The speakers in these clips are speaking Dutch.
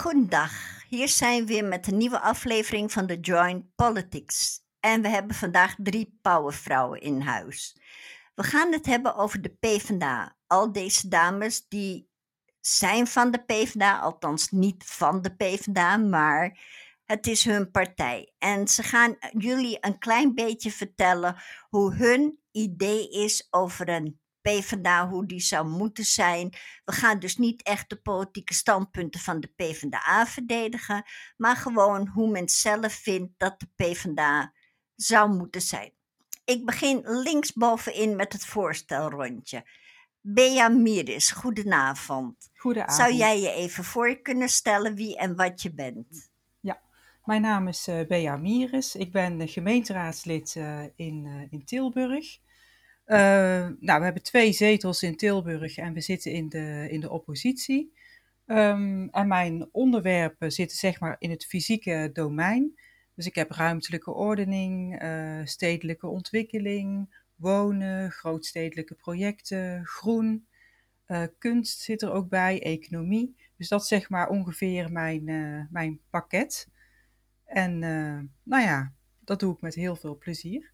Goedendag, hier zijn we weer met een nieuwe aflevering van de Joint Politics. En we hebben vandaag 3 powervrouwen in huis. We gaan het hebben over de PvdA. Al deze dames die zijn van de PvdA, althans niet van de PvdA, maar het is hun partij. En ze gaan jullie een klein beetje vertellen hoe hun idee is over een PvdA, hoe die zou moeten zijn. We gaan dus niet echt de politieke standpunten van de PvdA verdedigen, maar gewoon hoe men zelf vindt dat de PvdA zou moeten zijn. Ik begin linksbovenin met het voorstelrondje. Bea Miris, goedenavond. Goedenavond. Zou jij je even voor kunnen stellen wie en wat je bent? Ja, mijn naam is Bea Miris. Ik ben gemeenteraadslid in Tilburg. We hebben 2 zetels in Tilburg en we zitten in de oppositie. En mijn onderwerpen zitten zeg maar in het fysieke domein. Dus ik heb ruimtelijke ordening, stedelijke ontwikkeling, wonen, grootstedelijke projecten, groen, kunst zit er ook bij, economie. Dus dat is zeg maar ongeveer mijn pakket. En dat doe ik met heel veel plezier.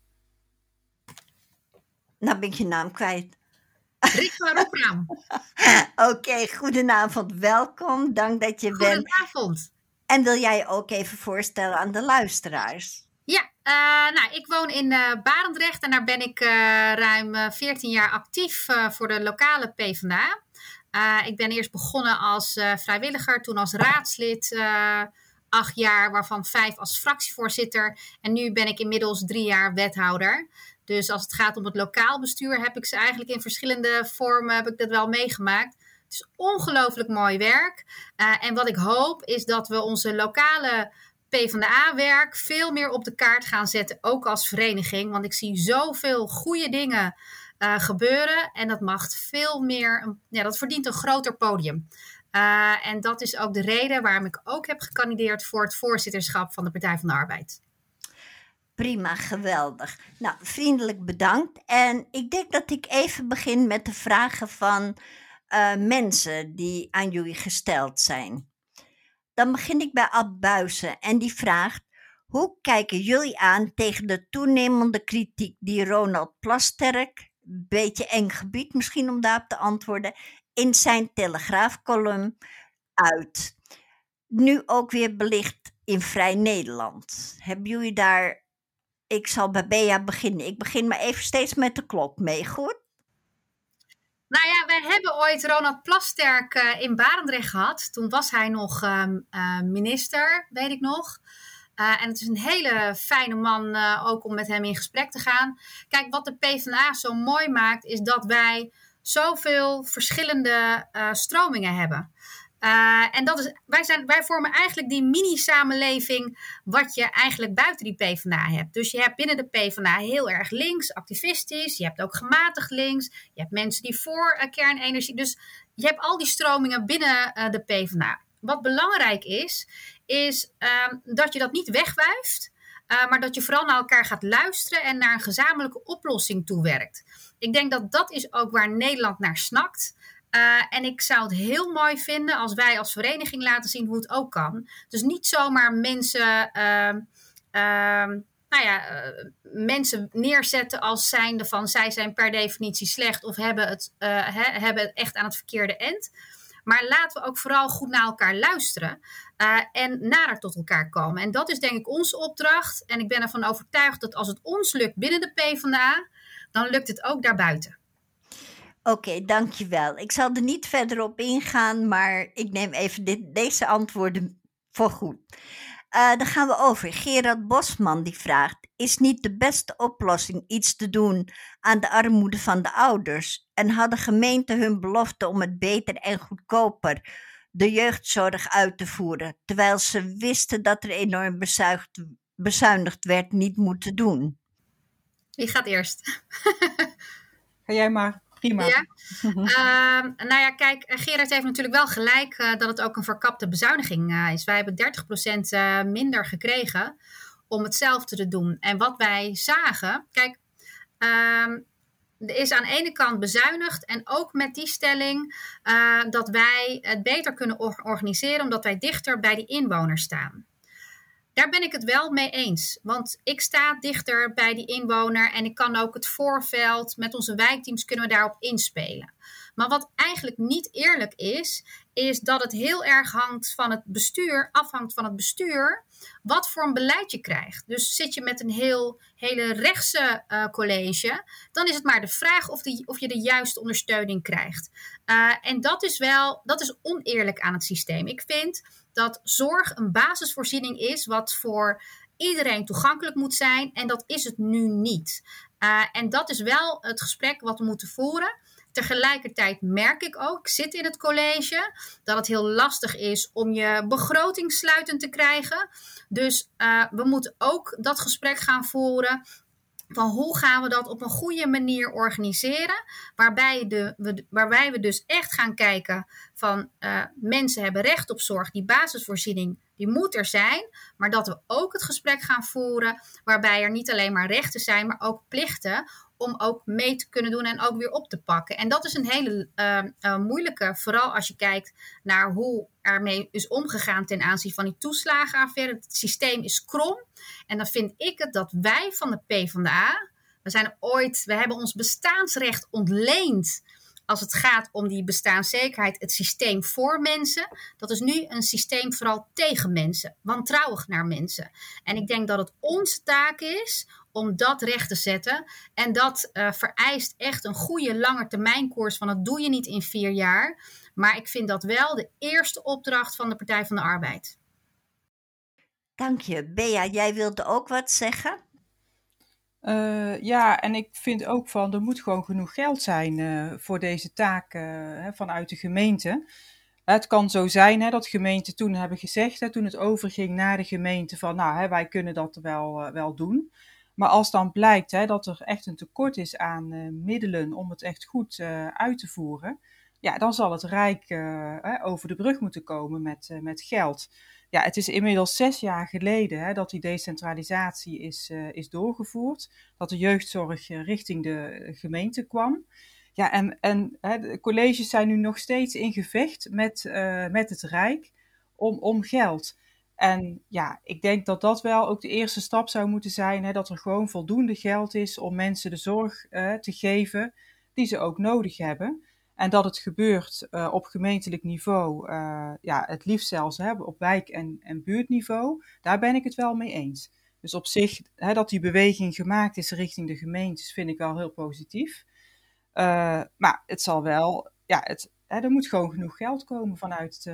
Nou ben ik je naam kwijt. Rikma Ropraam. Oké, goedenavond, welkom. Dank dat je bent. Goedenavond. En wil jij je ook even voorstellen aan de luisteraars? Ja, ik woon in Barendrecht en daar ben ik ruim 14 jaar actief voor de lokale PvdA. Ik ben eerst begonnen als vrijwilliger, toen als raadslid 8 jaar, waarvan 5 als fractievoorzitter. En nu ben ik inmiddels 3 jaar wethouder. Dus als het gaat om het lokaal bestuur heb ik ze eigenlijk in verschillende vormen heb ik dat wel meegemaakt. Het is ongelooflijk mooi werk. En wat ik hoop is dat we onze lokale PvdA-werk veel meer op de kaart gaan zetten, ook als vereniging. Want ik zie zoveel goede dingen gebeuren en dat mag veel meer, dat verdient een groter podium. En dat is ook de reden waarom ik ook heb gekandideerd voor het voorzitterschap van de Partij van de Arbeid. Prima, geweldig. Nou, vriendelijk bedankt. En ik denk dat ik even begin met de vragen van mensen die aan jullie gesteld zijn. Dan begin ik bij Ab Buijsen en die vraagt: hoe kijken jullie aan tegen de toenemende kritiek die Ronald Plasterk, beetje eng gebied misschien om daarop te antwoorden, in zijn Telegraafcolumn uit? Nu ook weer belicht in Vrij Nederland. Hebben jullie daar... Ik zal bij Bea beginnen. Ik begin maar even steeds met de klok mee, goed? Nou ja, wij hebben ooit Ronald Plasterk in Barendrecht gehad. Toen was hij nog minister, weet ik nog. En het is een hele fijne man ook om met hem in gesprek te gaan. Kijk, wat de PvdA zo mooi maakt, is dat wij zoveel verschillende stromingen hebben. En dat is, wij vormen eigenlijk die mini-samenleving wat je eigenlijk buiten die PvdA hebt. Dus je hebt binnen de PvdA heel erg links, activistisch. Je hebt ook gematigd links. Je hebt mensen die voor kernenergie. Dus je hebt al die stromingen binnen de PvdA. Wat belangrijk is dat je dat niet wegwuift. Maar dat je vooral naar elkaar gaat luisteren en naar een gezamenlijke oplossing toewerkt. Ik denk dat dat is ook waar Nederland naar snakt. En ik zou het heel mooi vinden als wij als vereniging laten zien hoe het ook kan. Dus niet zomaar mensen neerzetten als zijnde van zij zijn per definitie slecht of hebben het echt aan het verkeerde eind. Maar laten we ook vooral goed naar elkaar luisteren en nader tot elkaar komen. En dat is denk ik onze opdracht. En ik ben ervan overtuigd dat als het ons lukt binnen de PvdA, dan lukt het ook daarbuiten. Oké, dankjewel. Ik zal er niet verder op ingaan, maar ik neem even deze antwoorden voor goed. Dan gaan we over. Gerard Bosman die vraagt: is niet de beste oplossing iets te doen aan de armoede van de ouders? En hadden gemeenten hun belofte om het beter en goedkoper de jeugdzorg uit te voeren, terwijl ze wisten dat er enorm bezuinigd werd, niet moeten doen? Wie gaat eerst? Ga jij maar. Prima. Ja. Kijk, Gerard heeft natuurlijk wel gelijk dat het ook een verkapte bezuiniging is. Wij hebben 30% minder gekregen om hetzelfde te doen. En wat wij zagen, kijk, er is aan de ene kant bezuinigd en ook met die stelling dat wij het beter kunnen organiseren omdat wij dichter bij die inwoners staan. Daar ben ik het wel mee eens, want ik sta dichter bij die inwoner en ik kan ook het voorveld met onze wijkteams kunnen we daarop inspelen. Maar wat eigenlijk niet eerlijk is dat het heel erg afhangt van het bestuur, wat voor een beleid je krijgt. Dus zit je met een hele rechtse college, dan is het maar de vraag of je de juiste ondersteuning krijgt. En dat is oneerlijk aan het systeem. Ik vind dat zorg een basisvoorziening is wat voor iedereen toegankelijk moet zijn en dat is het nu niet. En dat is wel het gesprek wat we moeten voeren. Tegelijkertijd merk ik zit in het college, dat het heel lastig is om je begroting sluitend te krijgen. Dus we moeten ook dat gesprek gaan voeren van hoe gaan we dat op een goede manier organiseren, waarbij we dus echt gaan kijken van mensen hebben recht op zorg, die basisvoorziening, die moet er zijn, maar dat we ook het gesprek gaan voeren waarbij er niet alleen maar rechten zijn, maar ook plichten om ook mee te kunnen doen en ook weer op te pakken. En dat is een hele moeilijke, vooral als je kijkt naar hoe ermee is omgegaan ten aanzien van die toeslagenaffaire. Het systeem is krom. En dan vind ik het dat wij van de PvdA, we hebben ons bestaansrecht ontleend als het gaat om die bestaanszekerheid, het systeem voor mensen. Dat is nu een systeem vooral tegen mensen, wantrouwig naar mensen. En ik denk dat het onze taak is om dat recht te zetten. En dat vereist echt een goede langetermijnkoers, van dat doe je niet in 4 jaar. Maar ik vind dat wel de eerste opdracht van de Partij van de Arbeid. Dank je. Bea, jij wilde ook wat zeggen? Ja, en ik vind ook er moet gewoon genoeg geld zijn voor deze taak vanuit de gemeente. Het kan zo zijn dat gemeenten toen hebben gezegd, toen het overging naar de gemeente, van wij kunnen dat wel doen. Maar als dan blijkt dat er echt een tekort is aan middelen om het echt goed uit te voeren, ja, dan zal het Rijk over de brug moeten komen met geld. Ja, het is inmiddels 6 jaar geleden dat die decentralisatie is doorgevoerd. Dat de jeugdzorg richting de gemeente kwam. Ja, en de colleges zijn nu nog steeds in gevecht met het Rijk om geld. En ja, ik denk dat dat wel ook de eerste stap zou moeten zijn. Dat er gewoon voldoende geld is om mensen de zorg te geven die ze ook nodig hebben. En dat het gebeurt op gemeentelijk niveau, het liefst zelfs op wijk- en buurtniveau. Daar ben ik het wel mee eens. Dus op zich, dat die beweging gemaakt is richting de gemeentes, vind ik wel heel positief. Maar het zal wel, er moet gewoon genoeg geld komen vanuit.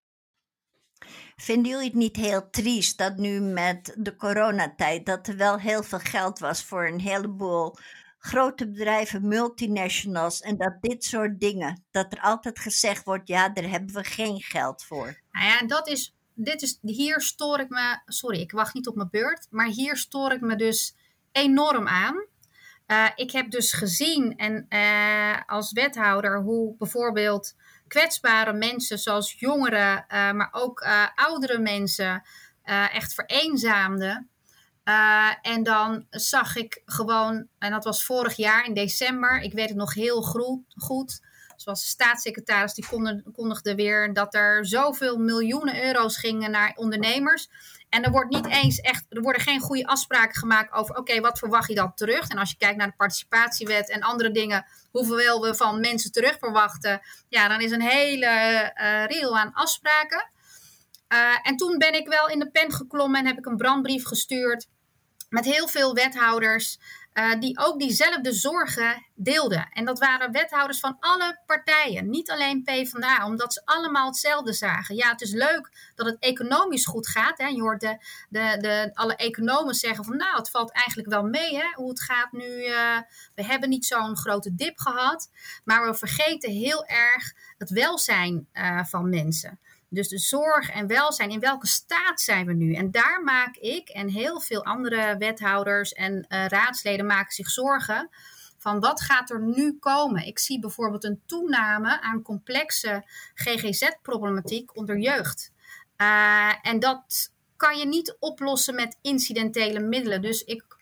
Vinden jullie het niet heel triest dat nu met de coronatijd, dat er wel heel veel geld was voor een heleboel grote bedrijven, multinationals, en dat dit soort dingen, dat er altijd gezegd wordt, ja, daar hebben we geen geld voor. Nou ja, hier stoor ik me, sorry, ik wacht niet op mijn beurt, maar hier stoor ik me dus enorm aan. Ik heb dus gezien als wethouder hoe bijvoorbeeld kwetsbare mensen zoals jongeren, maar ook oudere mensen echt vereenzaamden. En dan zag ik gewoon, en dat was vorig jaar in december, ik weet het nog heel goed, zoals de staatssecretaris, die kondigde weer dat er zoveel miljoenen euro's gingen naar ondernemers. En er worden geen goede afspraken gemaakt over, oké, wat verwacht je dan terug? En als je kijkt naar de participatiewet en andere dingen, hoeveel we van mensen terug verwachten, ja, dan is een hele reel aan afspraken. En toen ben ik wel in de pen geklommen en heb ik een brandbrief gestuurd met heel veel wethouders die ook diezelfde zorgen deelden. En dat waren wethouders van alle partijen, niet alleen PvdA, omdat ze allemaal hetzelfde zagen. Ja, het is leuk dat het economisch goed gaat. Hè. Je hoort alle economen zeggen van, nou, het valt eigenlijk wel mee, hè, hoe het gaat nu. We hebben niet zo'n grote dip gehad, maar we vergeten heel erg het welzijn van mensen. Dus de zorg en welzijn, in welke staat zijn we nu? En daar maak ik en heel veel andere wethouders en raadsleden maken zich zorgen van wat gaat er nu komen? Ik zie bijvoorbeeld een toename aan complexe GGZ-problematiek onder jeugd. En dat kan je niet oplossen met incidentele middelen. Dus ik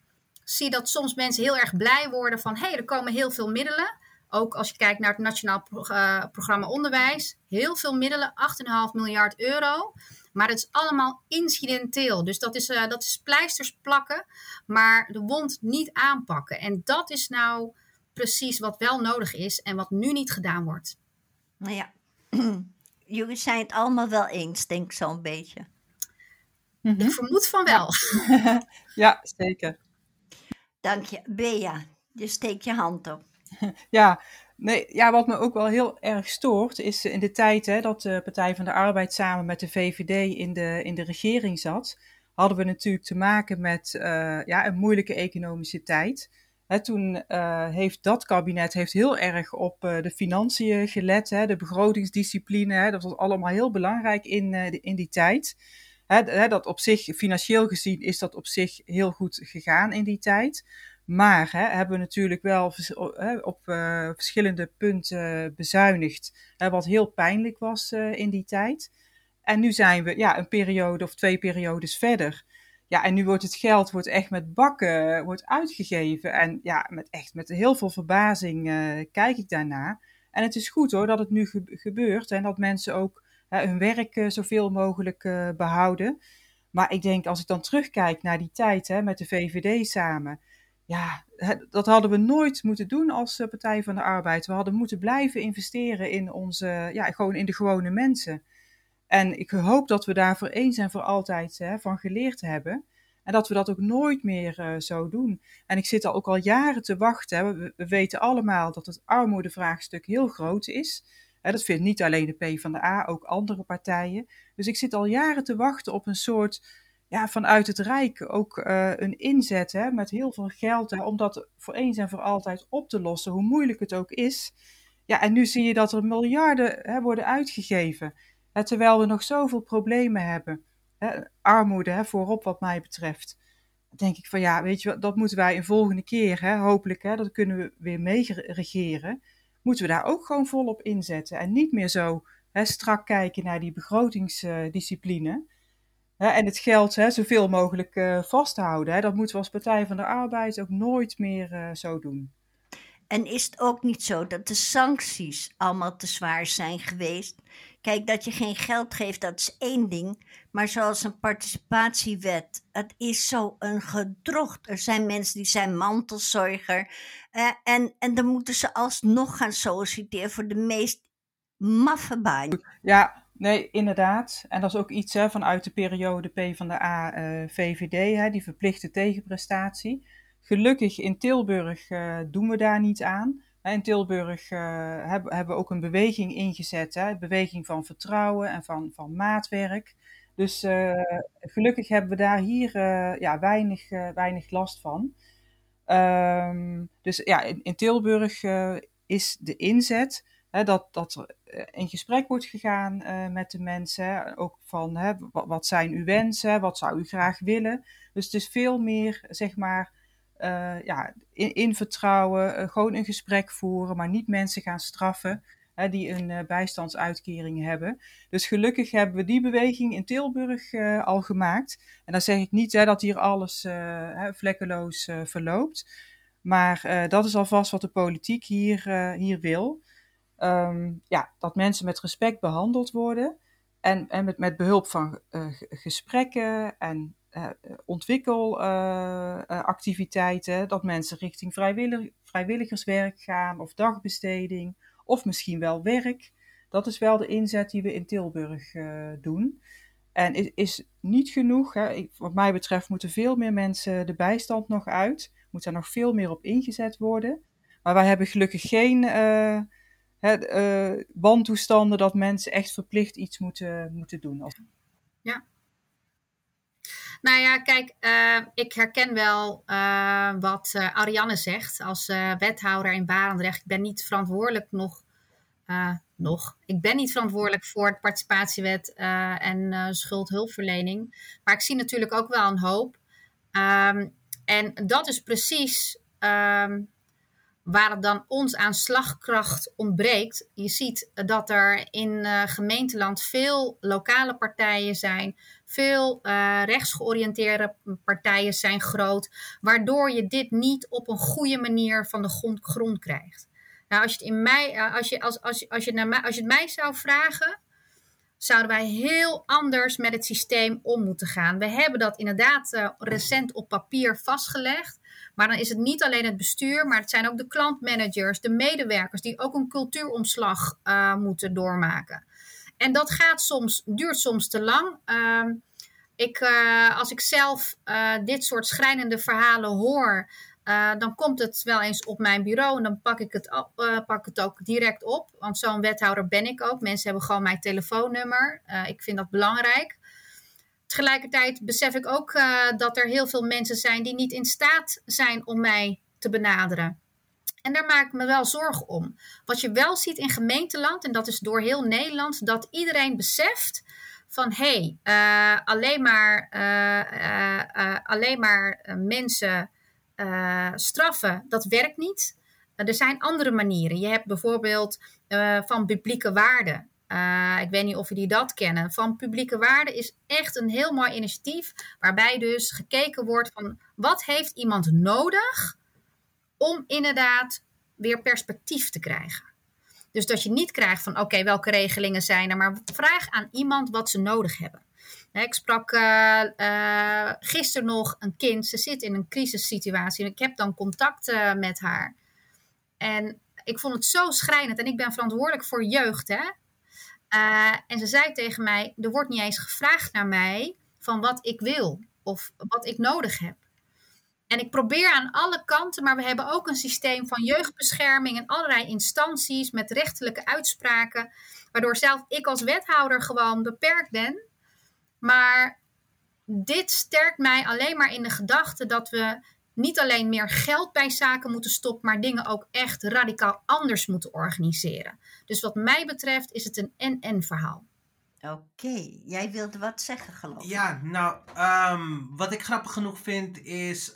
zie je dat soms mensen heel erg blij worden van er komen heel veel middelen. Ook als je kijkt naar het Nationaal Programma Onderwijs. Heel veel middelen, 8,5 miljard euro. Maar het is allemaal incidenteel. Dus dat is pleisters plakken, maar de wond niet aanpakken. En dat is nou precies wat wel nodig is en wat nu niet gedaan wordt. Nou ja, jullie zijn het allemaal wel eens, denk ik zo'n beetje. Ik vermoed van wel. Ja, zeker. Dank je. Bea, je steekt je hand op. Ja, wat me ook wel heel erg stoort, is in de tijd dat de Partij van de Arbeid samen met de VVD in de regering zat, hadden we natuurlijk te maken met een moeilijke economische tijd. Toen heeft dat kabinet heel erg op de financiën gelet, de begrotingsdiscipline. Dat was allemaal heel belangrijk in die tijd. Dat op zich, financieel gezien, is dat op zich heel goed gegaan in die tijd. Maar hebben we natuurlijk wel op verschillende punten bezuinigd, wat heel pijnlijk was in die tijd. En nu zijn we een periode of 2 periodes verder. Ja, en nu wordt het geld echt met bakken uitgegeven. En ja, met heel veel verbazing kijk ik daarnaar. En het is goed hoor dat het nu gebeurt en dat mensen ook hun werk zoveel mogelijk behouden. Maar ik denk, als ik dan terugkijk naar die tijd met de VVD samen, ja, dat hadden we nooit moeten doen als Partij van de Arbeid. We hadden moeten blijven investeren in gewoon in de gewone mensen. En ik hoop dat we daar voor eens en voor altijd van geleerd hebben. En dat we dat ook nooit meer zo doen. En ik zit ook al jaren te wachten. We weten allemaal dat het armoedevraagstuk heel groot is. Dat vindt niet alleen de PvdA, ook andere partijen. Dus ik zit al jaren te wachten op een soort, vanuit het Rijk ook een inzet met heel veel geld. Om dat voor eens en voor altijd op te lossen, hoe moeilijk het ook is. Ja, en nu zie je dat er miljarden worden uitgegeven. Terwijl we nog zoveel problemen hebben. Armoede voorop wat mij betreft. Dan denk ik van weet je wat, dat moeten wij een volgende keer, hopelijk, dat kunnen we weer meeregeren. Moeten we daar ook gewoon volop inzetten. En niet meer zo strak kijken naar die begrotingsdiscipline. En het geld zoveel mogelijk vasthouden. Dat moeten we als Partij van de Arbeid ook nooit meer zo doen. En is het ook niet zo dat de sancties allemaal te zwaar zijn geweest? Kijk, dat je geen geld geeft, dat is één ding. Maar zoals een participatiewet, het is zo een gedrocht. Er zijn mensen die zijn mantelzorger. En dan moeten ze alsnog gaan solliciteren voor de meest maffe baan. Ja, nee, inderdaad. En dat is ook iets vanuit de periode PvdA-VVD, die verplichte tegenprestatie. Gelukkig in Tilburg doen we daar niet aan. In Tilburg hebben we ook een beweging ingezet, een beweging van vertrouwen en van maatwerk. Dus gelukkig hebben we daar hier weinig last van. Dus in Tilburg is de inzet dat er in gesprek wordt gegaan met de mensen. Ook van wat zijn uw wensen, wat zou u graag willen. Dus het is veel meer, zeg maar, in vertrouwen, gewoon een gesprek voeren, maar niet mensen gaan straffen die een bijstandsuitkering hebben. Dus gelukkig hebben we die beweging in Tilburg al gemaakt. En dan zeg ik niet dat hier alles vlekkeloos verloopt. Maar dat is alvast wat de politiek hier wil. Dat mensen met respect behandeld worden. En met behulp van gesprekken en ontwikkelactiviteiten, dat mensen richting vrijwilligerswerk gaan of dagbesteding of misschien wel werk. Dat is wel de inzet die we in Tilburg doen. En is niet genoeg. Wat mij betreft moeten veel meer mensen de bijstand nog uit. Moet daar nog veel meer op ingezet worden. Maar wij hebben gelukkig geen wantoestanden dat mensen echt verplicht iets moeten doen. Ja. Nou ja, kijk, ik herken wel wat Ariane zegt als wethouder in Barendrecht. Ik ben niet verantwoordelijk Ik ben niet verantwoordelijk voor de participatiewet en schuldhulpverlening. Maar ik zie natuurlijk ook wel een hoop. En dat is precies waar het dan ons aan slagkracht ontbreekt. Je ziet dat er in gemeenteland veel lokale partijen zijn. Veel rechtsgeoriënteerde partijen zijn groot. Waardoor je dit niet op een goede manier van de grond krijgt. Nou, als je het mij zou vragen, zouden wij heel anders met het systeem om moeten gaan. We hebben dat inderdaad recent op papier vastgelegd. Maar dan is het niet alleen het bestuur, maar het zijn ook de klantmanagers, de medewerkers die ook een cultuuromslag moeten doormaken. En dat duurt soms te lang. Als ik zelf dit soort schrijnende verhalen hoor, dan komt het wel eens op mijn bureau en dan pak ik het ook direct op. Want zo'n wethouder ben ik ook. Mensen hebben gewoon mijn telefoonnummer. Ik vind dat belangrijk. Tegelijkertijd besef ik ook dat er heel veel mensen zijn die niet in staat zijn om mij te benaderen. En daar maak ik me wel zorgen om. Wat je wel ziet in gemeenteland, en dat is door heel Nederland, dat iedereen beseft van alleen maar mensen straffen, dat werkt niet. Er zijn andere manieren. Je hebt bijvoorbeeld van publieke waarden. Ik weet niet of jullie dat kennen. Van publieke waarde is echt een heel mooi initiatief. Waarbij dus gekeken wordt van wat heeft iemand nodig om inderdaad weer perspectief te krijgen. Dus dat je niet krijgt van oké, welke regelingen zijn er. Maar vraag aan iemand wat ze nodig hebben. Ik sprak gisteren nog een kind. Ze zit in een crisissituatie. Ik heb dan contact met haar. En ik vond het zo schrijnend. En ik ben verantwoordelijk voor jeugd, hè. En ze zei tegen mij, er wordt niet eens gevraagd naar mij van wat ik wil of wat ik nodig heb. En ik probeer aan alle kanten, maar we hebben ook een systeem van jeugdbescherming en allerlei instanties met rechterlijke uitspraken, waardoor zelf ik als wethouder gewoon beperkt ben. Maar dit sterkt mij alleen maar in de gedachte dat we niet alleen meer geld bij zaken moeten stoppen, maar dingen ook echt radicaal anders moeten organiseren. Dus wat mij betreft is het een en-en verhaal. Oké, jij wilde wat zeggen, geloof ik. Ja, nou, wat ik grappig genoeg vind is,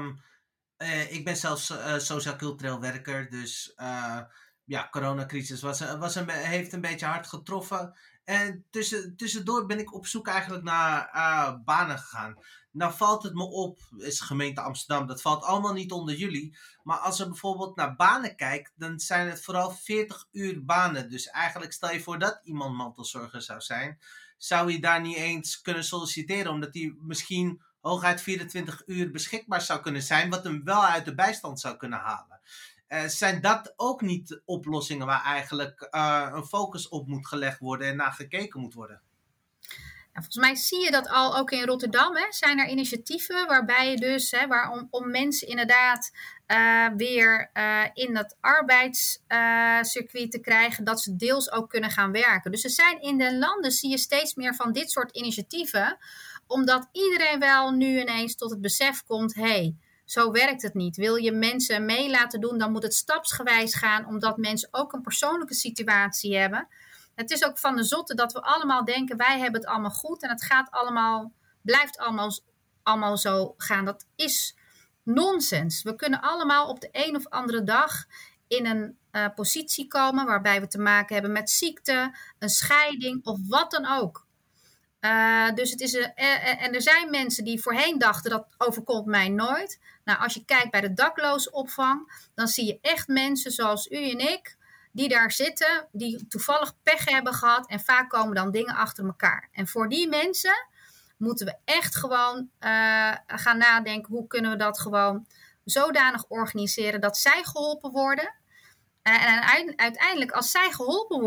ik ben zelfs sociaal-cultureel werker, dus coronacrisis heeft een beetje hard getroffen. En tussendoor ben ik op zoek eigenlijk naar banen gegaan. Nou valt het me op, is gemeente Amsterdam, dat valt allemaal niet onder jullie. Maar als je bijvoorbeeld naar banen kijkt, dan zijn het vooral 40 uur banen. Dus eigenlijk stel je voor dat iemand mantelzorger zou zijn, zou hij daar niet eens kunnen solliciteren, omdat hij misschien hooguit 24 uur beschikbaar zou kunnen zijn, wat hem wel uit de bijstand zou kunnen halen. Zijn dat ook niet oplossingen waar eigenlijk een focus op moet gelegd worden en naar gekeken moet worden? Ja, volgens mij zie je dat al ook in Rotterdam. Hè, zijn er initiatieven waarbij je dus, om mensen inderdaad weer in dat arbeidscircuit te krijgen, dat ze deels ook kunnen gaan werken. Dus er zijn in de landen, zie je steeds meer van dit soort initiatieven, omdat iedereen wel nu ineens tot het besef komt, zo werkt het niet. Wil je mensen mee laten doen, dan moet het stapsgewijs gaan, omdat mensen ook een persoonlijke situatie hebben. Het is ook van de zotte dat we allemaal denken, wij hebben het allemaal goed en het gaat blijft allemaal zo gaan. Dat is nonsens. We kunnen allemaal op de een of andere dag in een positie komen waarbij we te maken hebben met ziekte, een scheiding of wat dan ook. Dus het is en er zijn mensen die voorheen dachten, dat overkomt mij nooit. Nou, als je kijkt bij de daklozenopvang, dan zie je echt mensen zoals u en ik, die daar zitten, die toevallig pech hebben gehad. En vaak komen dan dingen achter elkaar. En voor die mensen moeten we echt gewoon gaan nadenken, hoe kunnen we dat gewoon zodanig organiseren dat zij geholpen worden. En uiteindelijk, als zij geholpen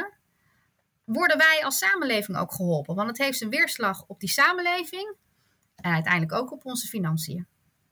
worden wij als samenleving ook geholpen. Want het heeft een weerslag op die samenleving en uiteindelijk ook op onze financiën.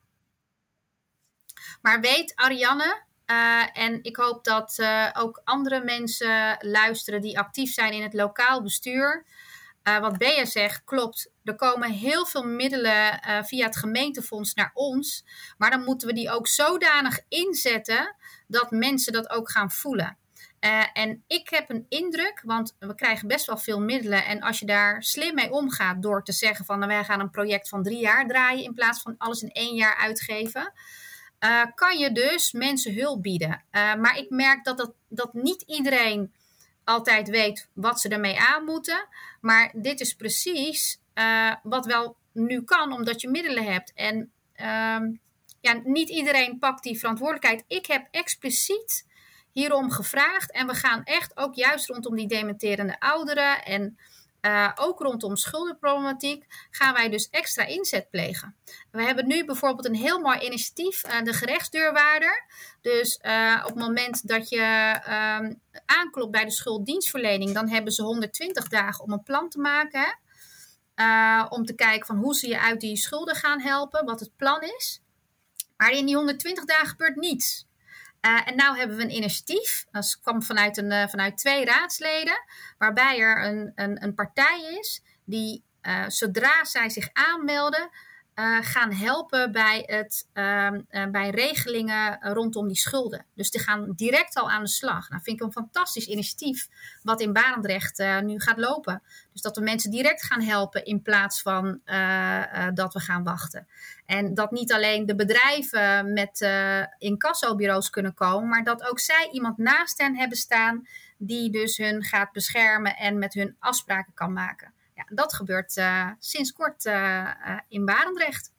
Maar weet, Ariane, en ik hoop dat ook andere mensen luisteren die actief zijn in het lokaal bestuur. Wat Bea zegt klopt. Er komen heel veel middelen via het gemeentefonds naar ons. Maar dan moeten we die ook zodanig inzetten dat mensen dat ook gaan voelen. En ik heb een indruk, want we krijgen best wel veel middelen. En als je daar slim mee omgaat door te zeggen van, wij gaan een project van 3 jaar draaien in plaats van alles in 1 jaar uitgeven. kan je dus mensen hulp bieden. Maar ik merk dat niet iedereen altijd weet wat ze ermee aan moeten. Maar dit is precies wat wel nu kan, omdat je middelen hebt. En niet iedereen pakt die verantwoordelijkheid. Ik heb expliciet hierom gevraagd. En we gaan echt ook juist rondom die dementerende ouderen en ook rondom schuldenproblematiek gaan wij dus extra inzet plegen. We hebben nu bijvoorbeeld een heel mooi initiatief, de gerechtsdeurwaarder. Dus op het moment dat je aanklopt bij de schulddienstverlening, dan hebben ze 120 dagen om een plan te maken. Om te kijken van hoe ze je uit die schulden gaan helpen, wat het plan is. Maar in die 120 dagen gebeurt niets. En nu hebben we een initiatief, dat kwam vanuit 2 raadsleden, waarbij er een partij is die zodra zij zich aanmelden, gaan helpen bij regelingen rondom die schulden. Dus die gaan direct al aan de slag. Nou, vind ik een fantastisch initiatief wat in Barendrecht nu gaat lopen. Dus dat we mensen direct gaan helpen in plaats van dat we gaan wachten. En dat niet alleen de bedrijven met incassobureaus kunnen komen, maar dat ook zij iemand naast hen hebben staan die dus hun gaat beschermen en met hun afspraken kan maken. Ja, dat gebeurt sinds kort in Barendrecht.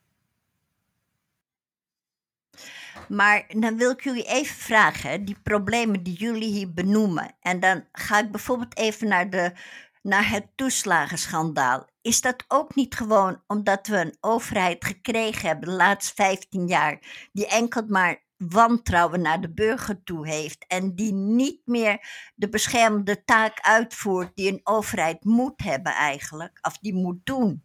Maar dan wil ik jullie even vragen, die problemen die jullie hier benoemen. En dan ga ik bijvoorbeeld even naar het toeslagenschandaal. Is dat ook niet gewoon omdat we een overheid gekregen hebben de laatste 15 jaar, die enkel maar wantrouwen naar de burger toe heeft en die niet meer de beschermende taak uitvoert die een overheid moet hebben eigenlijk, of die moet doen?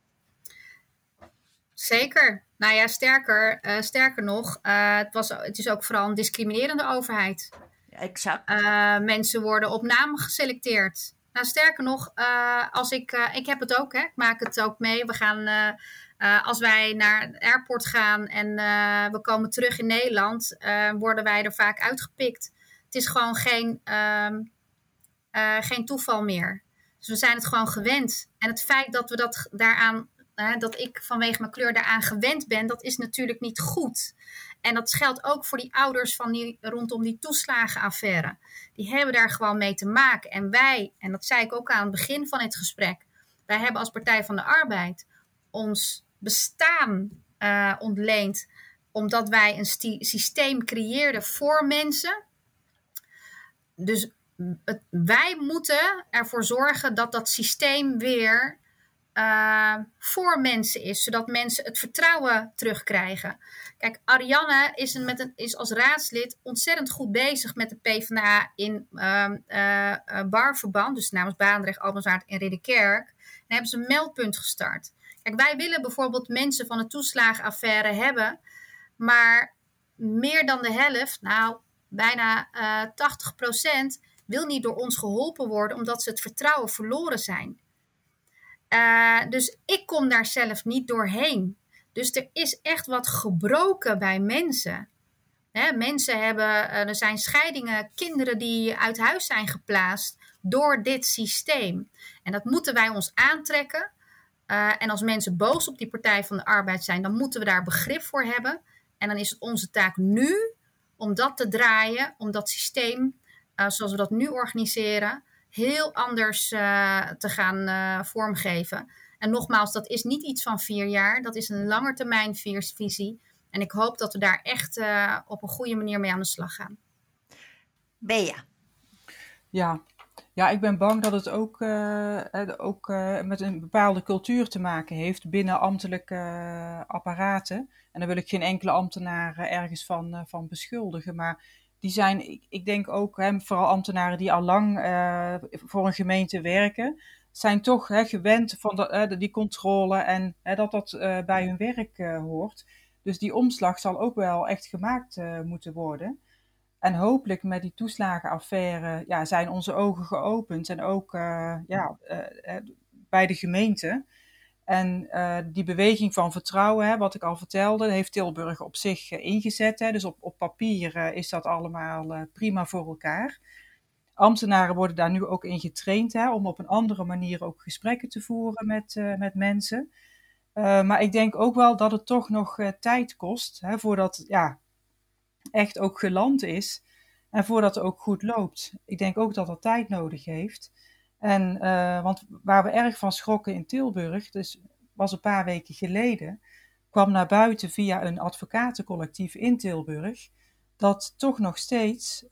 Zeker. Nou ja, sterker nog, het is ook vooral een discriminerende overheid. Ja, exact. Mensen worden op naam geselecteerd. Nou, sterker nog, ik heb het ook, hè. Ik maak het ook mee. We gaan, als wij naar het airport gaan en we komen terug in Nederland, worden wij er vaak uitgepikt. Het is gewoon geen toeval meer. Dus we zijn het gewoon gewend. En het feit dat we dat ik vanwege mijn kleur daaraan gewend ben, dat is natuurlijk niet goed. En dat geldt ook voor die ouders rondom die toeslagenaffaire. Die hebben daar gewoon mee te maken. En wij, en dat zei ik ook aan het begin van het gesprek, wij hebben als Partij van de Arbeid ons bestaan ontleend, omdat wij een systeem creëerden voor mensen. Dus wij moeten ervoor zorgen dat dat systeem weer voor mensen is, zodat mensen het vertrouwen terugkrijgen. Kijk, Ariane is als raadslid ontzettend goed bezig met de PvdA in barverband, dus namens Barendrecht, Alpenzwaard en Ridderkerk. En hebben ze een meldpunt gestart. Kijk, wij willen bijvoorbeeld mensen van de toeslagenaffaire hebben, maar meer dan de helft, nou bijna 80%, wil niet door ons geholpen worden, omdat ze het vertrouwen verloren zijn. Dus ik kom daar zelf niet doorheen. Dus er is echt wat gebroken bij mensen. Mensen er zijn scheidingen, kinderen die uit huis zijn geplaatst door dit systeem. En dat moeten wij ons aantrekken. En als mensen boos op die Partij van de Arbeid zijn, dan moeten we daar begrip voor hebben. En dan is het onze taak nu om dat te draaien, om dat systeem, zoals we dat nu organiseren, heel anders te gaan vormgeven. En nogmaals, dat is niet iets van 4 jaar. Dat is een langetermijnvisie. En ik hoop dat we daar echt op een goede manier mee aan de slag gaan. Bea. Ja, ik ben bang dat het ook met een bepaalde cultuur te maken heeft binnen ambtelijke apparaten. En daar wil ik geen enkele ambtenaar ergens van beschuldigen. Maar die zijn, ik denk ook, vooral ambtenaren die al lang voor een gemeente werken, zijn toch gewend van die controle en dat bij hun werk hoort. Dus die omslag zal ook wel echt gemaakt moeten worden. En hopelijk met die toeslagenaffaire zijn onze ogen geopend. En ook bij de gemeente. En die beweging van vertrouwen, wat ik al vertelde, heeft Tilburg op zich ingezet. Dus op papier is dat allemaal prima voor elkaar. Ambtenaren worden daar nu ook in getraind om op een andere manier ook gesprekken te voeren met mensen. Maar ik denk ook wel dat het toch nog tijd kost voordat echt ook geland is. En voordat het ook goed loopt. Ik denk ook dat dat tijd nodig heeft. En, want waar we erg van schrokken in Tilburg, dus was een paar weken geleden, kwam naar buiten via een advocatencollectief in Tilburg, dat toch nog steeds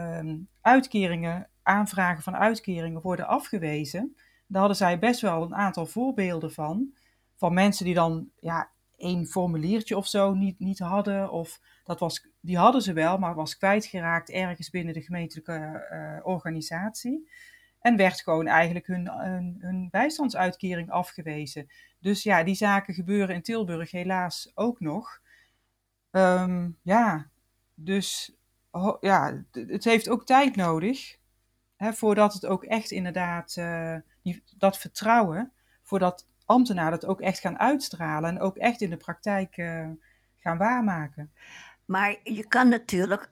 aanvragen van uitkeringen worden afgewezen. Daar hadden zij best wel een aantal voorbeelden van mensen die dan één formuliertje of zo niet hadden, of die hadden ze wel, maar was kwijtgeraakt ergens binnen de gemeentelijke organisatie. En werd gewoon eigenlijk hun bijstandsuitkering afgewezen. Dus ja, die zaken gebeuren in Tilburg helaas ook nog. Dus het heeft ook tijd nodig. Hè, voordat het ook echt inderdaad, dat vertrouwen, voordat ambtenaren het ook echt gaan uitstralen en ook echt in de praktijk gaan waarmaken. Maar je kan natuurlijk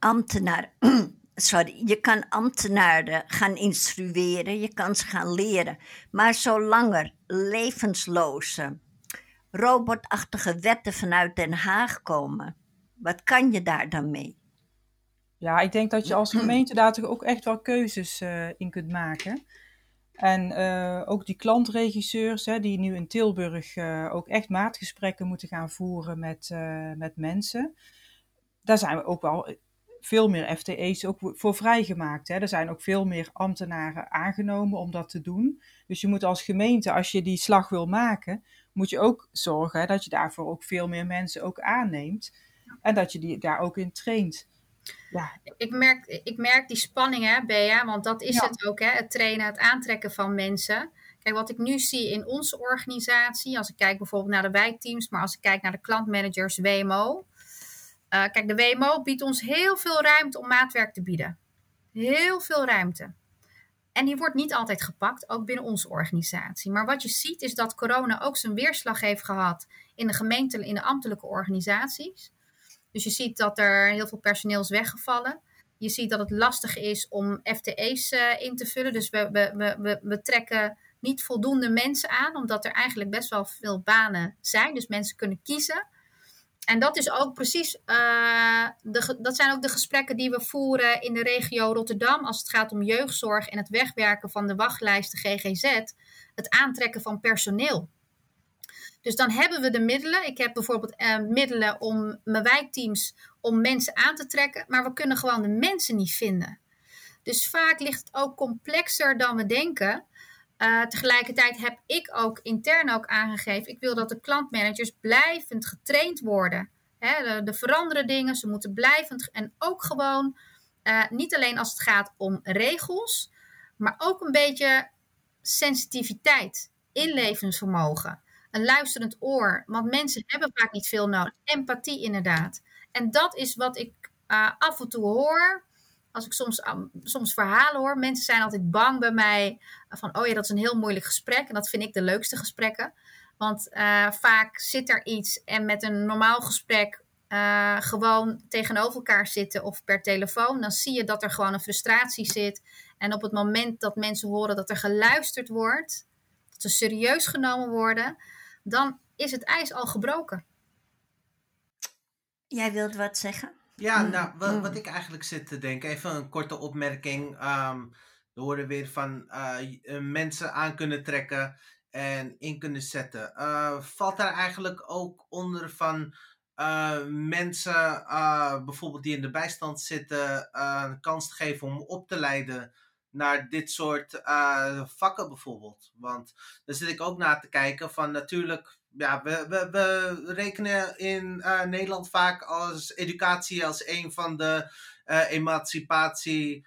je kan ambtenaren gaan instrueren, je kan ze gaan leren. Maar zolang er levensloze, robotachtige wetten vanuit Den Haag komen, wat kan je daar dan mee? Ja, ik denk dat je als gemeente daar toch ook echt wel keuzes in kunt maken. En ook die klantregisseurs die nu in Tilburg ook echt maatgesprekken moeten gaan voeren met mensen. Daar zijn we ook wel veel meer FTE's ook voor vrijgemaakt. Hè. Er zijn ook veel meer ambtenaren aangenomen om dat te doen. Dus je moet als gemeente, als je die slag wil maken, moet je ook zorgen dat je daarvoor ook veel meer mensen ook aanneemt. En dat je die daar ook in traint. Ja. Ik merk die spanning, hè, Bea, want dat is het ook, hè, het trainen, het aantrekken van mensen. Kijk, wat ik nu zie in onze organisatie, als ik kijk bijvoorbeeld naar de wijkteams, maar als ik kijk naar de klantmanagers, WMO. Kijk, de WMO biedt ons heel veel ruimte om maatwerk te bieden. Heel veel ruimte. En die wordt niet altijd gepakt, ook binnen onze organisatie. Maar wat je ziet is dat corona ook zijn weerslag heeft gehad in de ambtelijke organisaties. Dus je ziet dat er heel veel personeel is weggevallen. Je ziet dat het lastig is om FTE's in te vullen. Dus we trekken niet voldoende mensen aan, omdat er eigenlijk best wel veel banen zijn. Dus mensen kunnen kiezen. En dat is ook precies, dat zijn ook de gesprekken die we voeren in de regio Rotterdam als het gaat om jeugdzorg en het wegwerken van de wachtlijsten GGZ, het aantrekken van personeel. Dus dan hebben we de middelen. Ik heb bijvoorbeeld middelen om mijn wijkteams om mensen aan te trekken, maar we kunnen gewoon de mensen niet vinden. Dus vaak ligt het ook complexer dan we denken. Tegelijkertijd heb ik ook intern ook aangegeven, ik wil dat de klantmanagers blijvend getraind worden. Er veranderen dingen, ze moeten blijvend en ook gewoon, niet alleen als het gaat om regels, maar ook een beetje sensitiviteit, inlevingsvermogen, een luisterend oor, want mensen hebben vaak niet veel nodig, empathie inderdaad. En dat is wat ik af en toe hoor. Als ik soms verhalen hoor, mensen zijn altijd bang bij mij van, oh ja, dat is een heel moeilijk gesprek. En dat vind ik de leukste gesprekken. Want vaak zit er iets en met een normaal gesprek gewoon tegenover elkaar zitten of per telefoon, dan zie je dat er gewoon een frustratie zit. En op het moment dat mensen horen dat er geluisterd wordt, dat ze serieus genomen worden, dan is het ijs al gebroken. Jij wilt wat zeggen? Ja, nou, wat ik eigenlijk zit te denken, even een korte opmerking. We horen weer van mensen aan kunnen trekken en in kunnen zetten. Valt daar eigenlijk ook onder van mensen bijvoorbeeld die in de bijstand zitten, een kans te geven om op te leiden naar dit soort vakken bijvoorbeeld? Want daar zit ik ook naar te kijken van natuurlijk. Ja, we rekenen in Nederland vaak als educatie als een van de emancipatie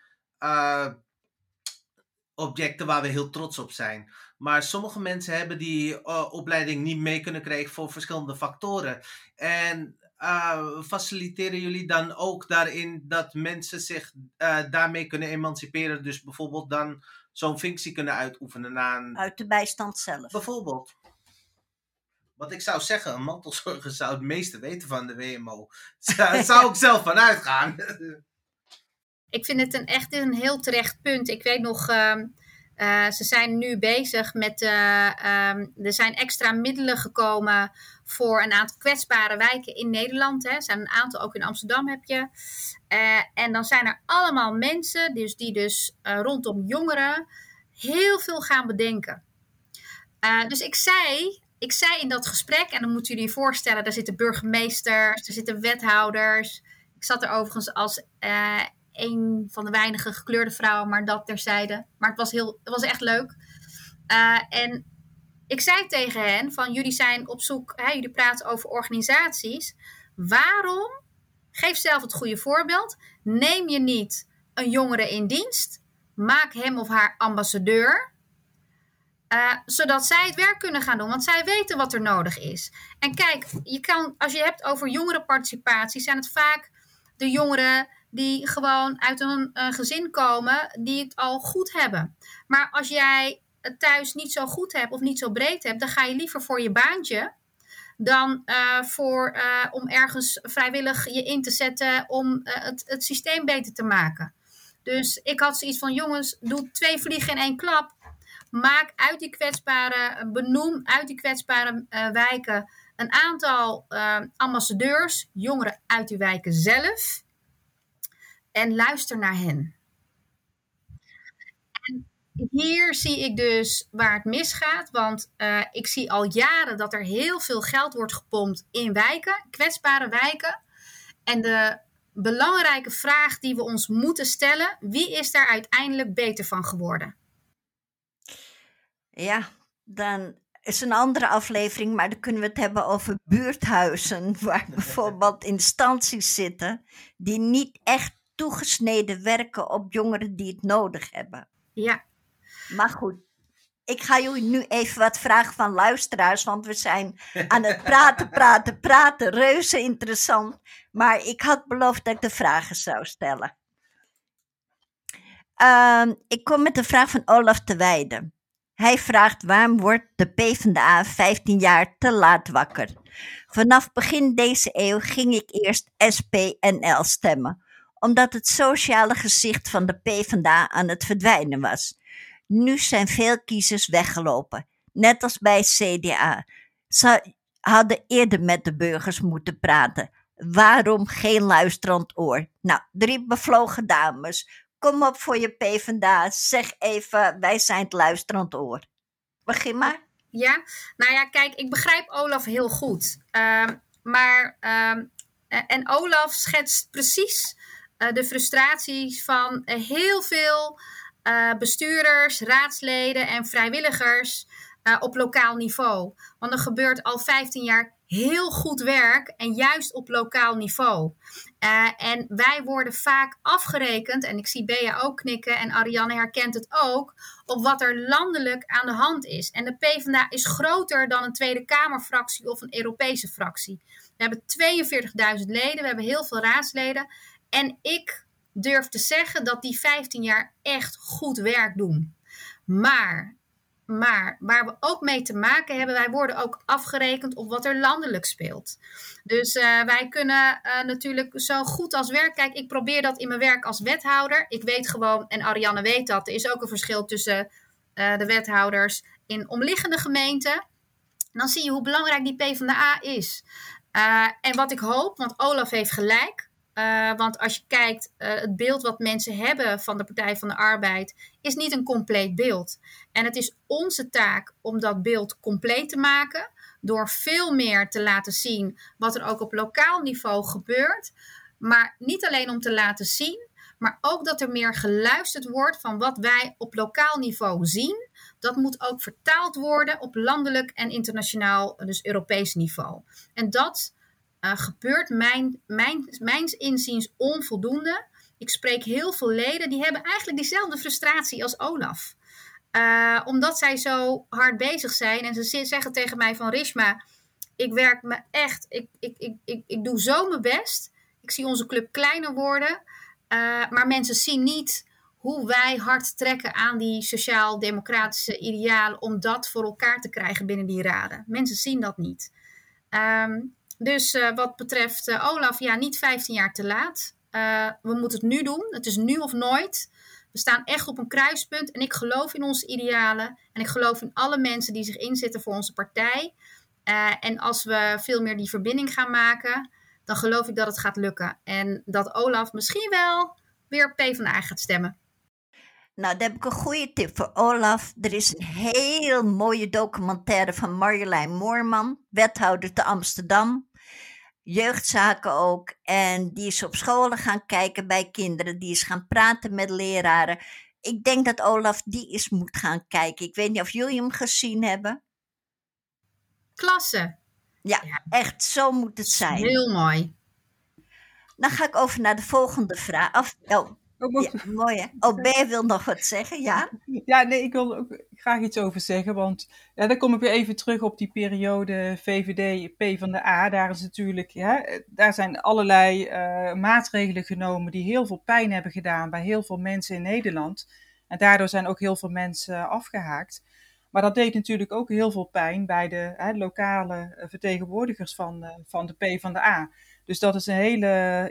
objecten waar we heel trots op zijn. Maar sommige mensen hebben die opleiding niet mee kunnen krijgen voor verschillende factoren. En faciliteren jullie dan ook daarin dat mensen zich daarmee kunnen emanciperen? Dus bijvoorbeeld dan zo'n functie kunnen uitoefenen uit de bijstand zelf. Bijvoorbeeld. Wat ik zou zeggen, een mantelzorger zou het meeste weten van de WMO. Daar zou ik zelf van uitgaan. Ik vind het echt een heel terecht punt. Ik weet nog, Ze zijn nu bezig met, er zijn extra middelen gekomen voor een aantal kwetsbare wijken in Nederland. Hè. Er zijn een aantal, ook in Amsterdam heb je. En dan zijn er allemaal mensen die rondom jongeren heel veel gaan bedenken. Dus ik zei in dat gesprek, en dan moeten jullie je voorstellen, daar zitten burgemeesters, er zitten wethouders. Ik zat er overigens als een van de weinige gekleurde vrouwen, maar dat terzijde. Maar het was echt leuk. En ik zei tegen hen van, jullie zijn op zoek, jullie praten over organisaties. Waarom, geef zelf het goede voorbeeld, neem je niet een jongere in dienst, maak hem of haar ambassadeur, zodat zij het werk kunnen gaan doen, want zij weten wat er nodig is. En kijk, als je hebt over jongerenparticipatie, zijn het vaak de jongeren die gewoon uit een gezin komen die het al goed hebben. Maar als jij het thuis niet zo goed hebt of niet zo breed hebt, dan ga je liever voor je baantje dan om ergens vrijwillig je in te zetten om het systeem beter te maken. Dus ik had zoiets van, jongens, doe 2 vliegen in 1 klap. Benoem uit die kwetsbare wijken een aantal ambassadeurs, jongeren uit die wijken zelf. En luister naar hen. En hier zie ik dus waar het misgaat. Want ik zie al jaren dat er heel veel geld wordt gepompt in wijken, kwetsbare wijken. En de belangrijke vraag die we ons moeten stellen, wie is daar uiteindelijk beter van geworden? Ja, dan is een andere aflevering, maar dan kunnen we het hebben over buurthuizen, waar bijvoorbeeld instanties zitten die niet echt toegesneden werken op jongeren die het nodig hebben. Ja. Maar goed, ik ga jullie nu even wat vragen van luisteraars, want we zijn aan het praten, reuze interessant. Maar ik had beloofd dat ik de vragen zou stellen. Ik kom met de vraag van Olaf de Weijde. Hij vraagt, waarom wordt de PvdA 15 jaar te laat wakker? Vanaf begin deze eeuw ging ik eerst SP-NL stemmen, omdat het sociale gezicht van de PvdA aan het verdwijnen was. Nu zijn veel kiezers weggelopen, net als bij CDA. Ze hadden eerder met de burgers moeten praten. Waarom geen luisterend oor? Nou, 3 bevlogen dames. Kom op voor je PvdA. Zeg even, wij zijn het luisterend oor. Begin maar. Ja, nou ja, kijk, ik begrijp Olaf heel goed. En Olaf schetst precies de frustraties van heel veel bestuurders, raadsleden en vrijwilligers op lokaal niveau. Want er gebeurt al 15 jaar heel goed werk en juist op lokaal niveau. En wij worden vaak afgerekend, en ik zie Bea ook knikken en Ariane herkent het ook, op wat er landelijk aan de hand is. En de PvdA is groter dan een Tweede Kamerfractie of een Europese fractie. We hebben 42.000 leden, we hebben heel veel raadsleden. En ik durf te zeggen dat die 15 jaar echt goed werk doen. Maar waar we ook mee te maken hebben, wij worden ook afgerekend op wat er landelijk speelt. Dus wij kunnen natuurlijk zo goed als werk. Kijk, ik probeer dat in mijn werk als wethouder. Ik weet gewoon, en Ariane weet dat, er is ook een verschil tussen de wethouders in omliggende gemeenten. Dan zie je hoe belangrijk die PvdA is. En wat ik hoop, want Olaf heeft gelijk. Want als je kijkt, het beeld wat mensen hebben van de Partij van de Arbeid is niet een compleet beeld. En het is onze taak om dat beeld compleet te maken door veel meer te laten zien wat er ook op lokaal niveau gebeurt. Maar niet alleen om te laten zien, maar ook dat er meer geluisterd wordt van wat wij op lokaal niveau zien. Dat moet ook vertaald worden op landelijk en internationaal, dus Europees niveau. En dat gebeurt mijns inziens onvoldoende. Ik spreek heel veel leden, die hebben eigenlijk diezelfde frustratie als Olaf. Omdat zij zo hard bezig zijn en ze zeggen tegen mij van, Rishma, ik werk me echt, ik doe zo mijn best. Ik zie onze club kleiner worden, maar mensen zien niet hoe wij hard trekken aan die sociaal-democratische idealen om dat voor elkaar te krijgen binnen die raden. Mensen zien dat niet. Dus wat betreft Olaf, ja, niet 15 jaar te laat. We moeten het nu doen. Het is nu of nooit. We staan echt op een kruispunt en ik geloof in onze idealen. En ik geloof in alle mensen die zich inzetten voor onze partij. En als we veel meer die verbinding gaan maken, dan geloof ik dat het gaat lukken. En dat Olaf misschien wel weer PvdA gaat stemmen. Nou, daar heb ik een goede tip voor Olaf. Er is een heel mooie documentaire van Marjolein Moorman, wethouder te Amsterdam. Jeugdzaken ook. En die is op scholen gaan kijken bij kinderen. Die is gaan praten met leraren. Ik denk dat Olaf die eens moet gaan kijken. Ik weet niet of jullie hem gezien hebben. Klasse. Ja, echt, zo moet het zijn. Heel mooi. Dan ga ik over naar de volgende vraag. Ja, mooi hè? Ben wil nog wat zeggen, ja? Ja, nee, ik wil ook graag iets over zeggen, want dan kom ik weer even terug op die periode VVD, PvdA. Daar is natuurlijk, daar zijn allerlei maatregelen genomen die heel veel pijn hebben gedaan bij heel veel mensen in Nederland. En daardoor zijn ook heel veel mensen afgehaakt. Maar dat deed natuurlijk ook heel veel pijn bij de lokale vertegenwoordigers van de PvdA. Dus dat is een hele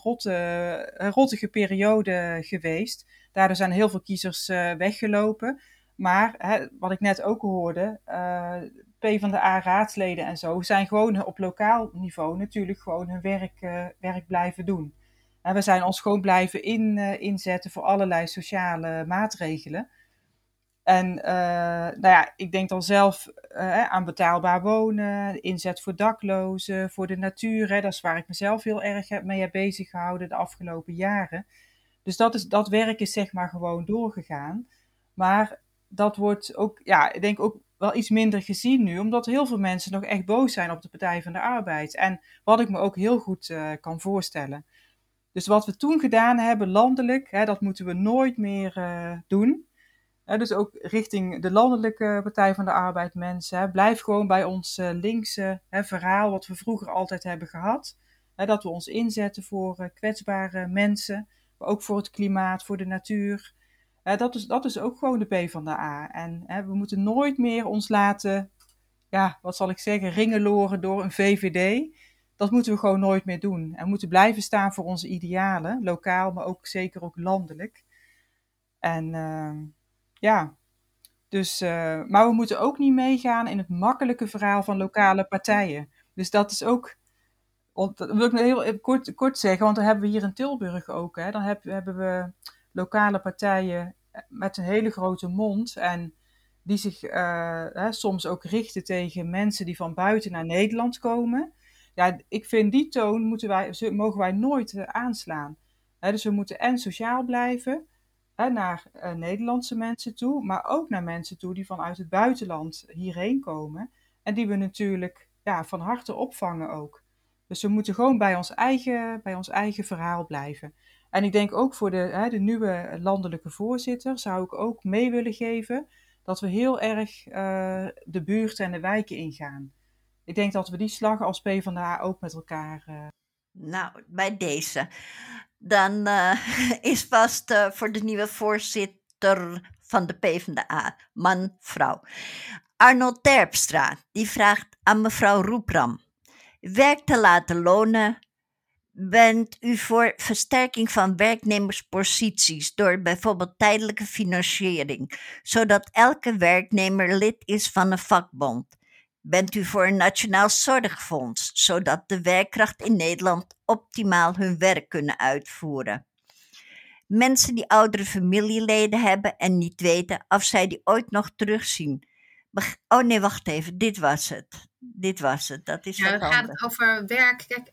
rottige periode geweest. Daardoor zijn heel veel kiezers weggelopen. Maar wat ik net ook hoorde, PvdA-raadsleden en zo zijn gewoon op lokaal niveau natuurlijk gewoon hun werk blijven doen. En we zijn ons gewoon blijven inzetten voor allerlei sociale maatregelen. En ik denk dan zelf aan betaalbaar wonen, inzet voor daklozen, voor de natuur. Dat is waar ik mezelf heel erg mee heb bezig gehouden de afgelopen jaren. Dus dat werk is zeg maar gewoon doorgegaan. Maar dat wordt ook, ik denk ook wel iets minder gezien nu, omdat heel veel mensen nog echt boos zijn op de Partij van de Arbeid. En wat ik me ook heel goed kan voorstellen. Dus wat we toen gedaan hebben landelijk, dat moeten we nooit meer doen. Dus ook richting de landelijke Partij van de Arbeid mensen. Blijf gewoon bij ons linkse verhaal wat we vroeger altijd hebben gehad. Dat we ons inzetten voor kwetsbare mensen. Maar ook voor het klimaat, voor de natuur. Dat is ook gewoon de PvdA. En we moeten nooit meer ons laten, wat zal ik zeggen, ringeloren door een VVD. Dat moeten we gewoon nooit meer doen. En we moeten blijven staan voor onze idealen. Lokaal, maar ook zeker ook landelijk. En maar we moeten ook niet meegaan in het makkelijke verhaal van lokale partijen. Dus dat is ook, dat wil ik heel kort zeggen, want dat hebben we hier in Tilburg ook. Dan hebben we lokale partijen met een hele grote mond en die zich soms ook richten tegen mensen die van buiten naar Nederland komen. Ja, ik vind die toon mogen wij nooit aanslaan. Dus we moeten en sociaal blijven, naar Nederlandse mensen toe, maar ook naar mensen toe die vanuit het buitenland hierheen komen. En die we natuurlijk van harte opvangen ook. Dus we moeten gewoon bij ons eigen verhaal blijven. En ik denk ook voor de nieuwe landelijke voorzitter zou ik ook mee willen geven dat we heel erg de buurten en de wijken ingaan. Ik denk dat we die slag als PvdA ook met elkaar... Nou, bij deze. Dan is vast voor de nieuwe voorzitter van de PvdA, man, vrouw. Arnold Terpstra, die vraagt aan mevrouw Roepram. Werk te laten lonen. Bent u voor versterking van werknemersposities door bijvoorbeeld tijdelijke financiering, zodat elke werknemer lid is van een vakbond? Bent u voor een nationaal zorgfonds, zodat de werkkracht in Nederland optimaal hun werk kunnen uitvoeren? Mensen die oudere familieleden hebben en niet weten of zij die ooit nog terugzien. Oh nee, wacht even, dit was het. Dat is dan gaat het over werk. Kijk,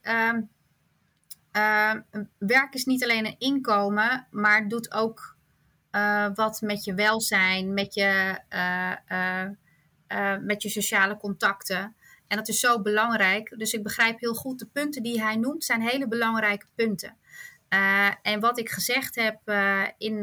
werk is niet alleen een inkomen, maar doet ook wat met je welzijn, met je sociale contacten. En dat is zo belangrijk. Dus ik begrijp heel goed, de punten die hij noemt zijn hele belangrijke punten. En wat ik gezegd heb in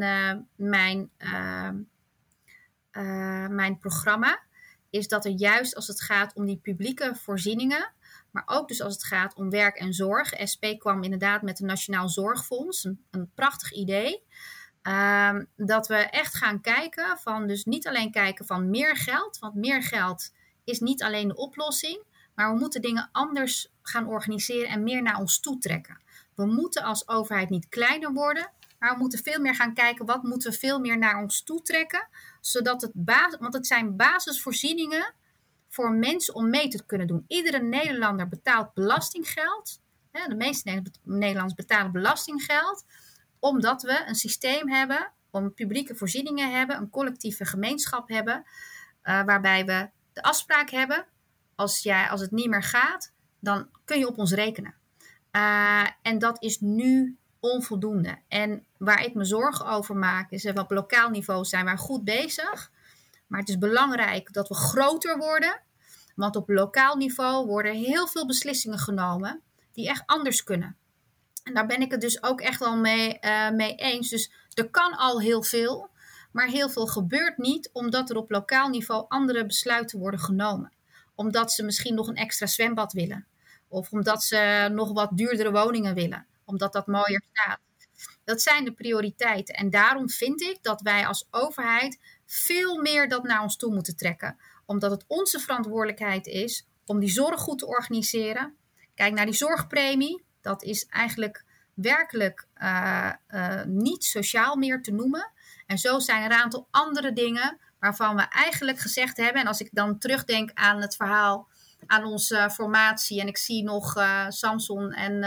mijn programma, is dat er juist als het gaat om die publieke voorzieningen, maar ook dus als het gaat om werk en zorg. SP kwam inderdaad met een Nationaal Zorgfonds, een prachtig idee. Dat we echt gaan kijken van, dus niet alleen kijken van meer geld, want meer geld is niet alleen de oplossing, maar we moeten dingen anders gaan organiseren en meer naar ons toe trekken. We moeten als overheid niet kleiner worden, Maar we moeten veel meer gaan kijken, wat moeten we veel meer naar ons toe trekken. Zodat want het zijn basisvoorzieningen voor mensen om mee te kunnen doen. Iedere Nederlander betaalt belastinggeld. De meeste Nederlanders betalen belastinggeld. Omdat we een systeem hebben, om publieke voorzieningen hebben, een collectieve gemeenschap hebben. Waarbij we de afspraak hebben, als het niet meer gaat, dan kun je op ons rekenen. En dat is nu onvoldoende. En waar ik me zorgen over maak, is dat op lokaal niveau zijn we goed bezig. Maar het is belangrijk dat we groter worden. Want op lokaal niveau worden heel veel beslissingen genomen die echt anders kunnen. En daar ben ik het dus ook echt wel mee eens. Dus er kan al heel veel, maar heel veel gebeurt niet, omdat er op lokaal niveau andere besluiten worden genomen. Omdat ze misschien nog een extra zwembad willen. Of omdat ze nog wat duurdere woningen willen. Omdat dat mooier staat. Dat zijn de prioriteiten. En daarom vind ik dat wij als overheid veel meer dat naar ons toe moeten trekken. Omdat het onze verantwoordelijkheid is om die zorg goed te organiseren. Kijk naar die zorgpremie. Dat is eigenlijk werkelijk niet sociaal meer te noemen. En zo zijn er een aantal andere dingen waarvan we eigenlijk gezegd hebben. En als ik dan terugdenk aan het verhaal, aan onze formatie. En ik zie nog Samson en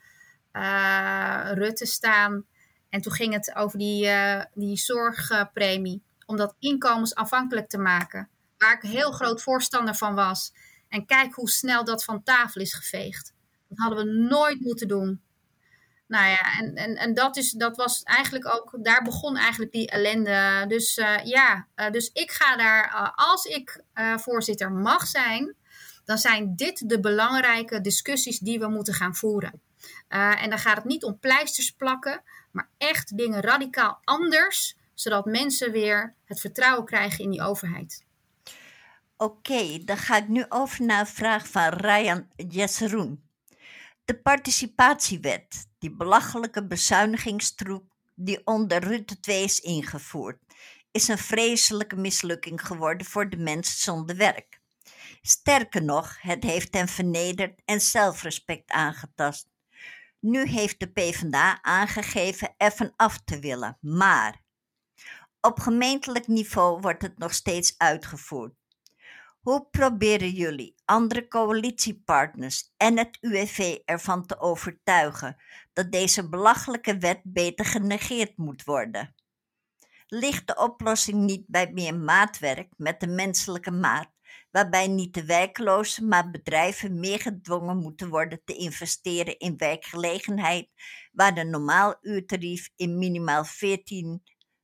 Rutte staan. En toen ging het over die zorgpremie. Om dat inkomensafhankelijk te maken. Waar ik heel groot voorstander van was. En kijk hoe snel dat van tafel is geveegd. Dat hadden we nooit moeten doen. Nou ja, en dat was eigenlijk ook, daar begon eigenlijk die ellende. Dus dus ik ga daar, als ik voorzitter mag zijn, dan zijn dit de belangrijke discussies die we moeten gaan voeren. En dan gaat het niet om pleisters plakken, maar echt dingen radicaal anders, zodat mensen weer het vertrouwen krijgen in die overheid. Oké, dan ga ik nu over naar een vraag van Ryan Jesseroen. De participatiewet, die belachelijke bezuinigingstroep die onder Rutte 2 is ingevoerd, is een vreselijke mislukking geworden voor de mensen zonder werk. Sterker nog, het heeft hen vernederd en zelfrespect aangetast. Nu heeft de PvdA aangegeven ervan af te willen, maar op gemeentelijk niveau wordt het nog steeds uitgevoerd. Hoe proberen jullie andere coalitiepartners en het UWV ervan te overtuigen dat deze belachelijke wet beter genegeerd moet worden? Ligt de oplossing niet bij meer maatwerk met de menselijke maat, waarbij niet de werklozen, maar bedrijven meer gedwongen moeten worden te investeren in werkgelegenheid, waar de normaal uurtarief in minimaal 14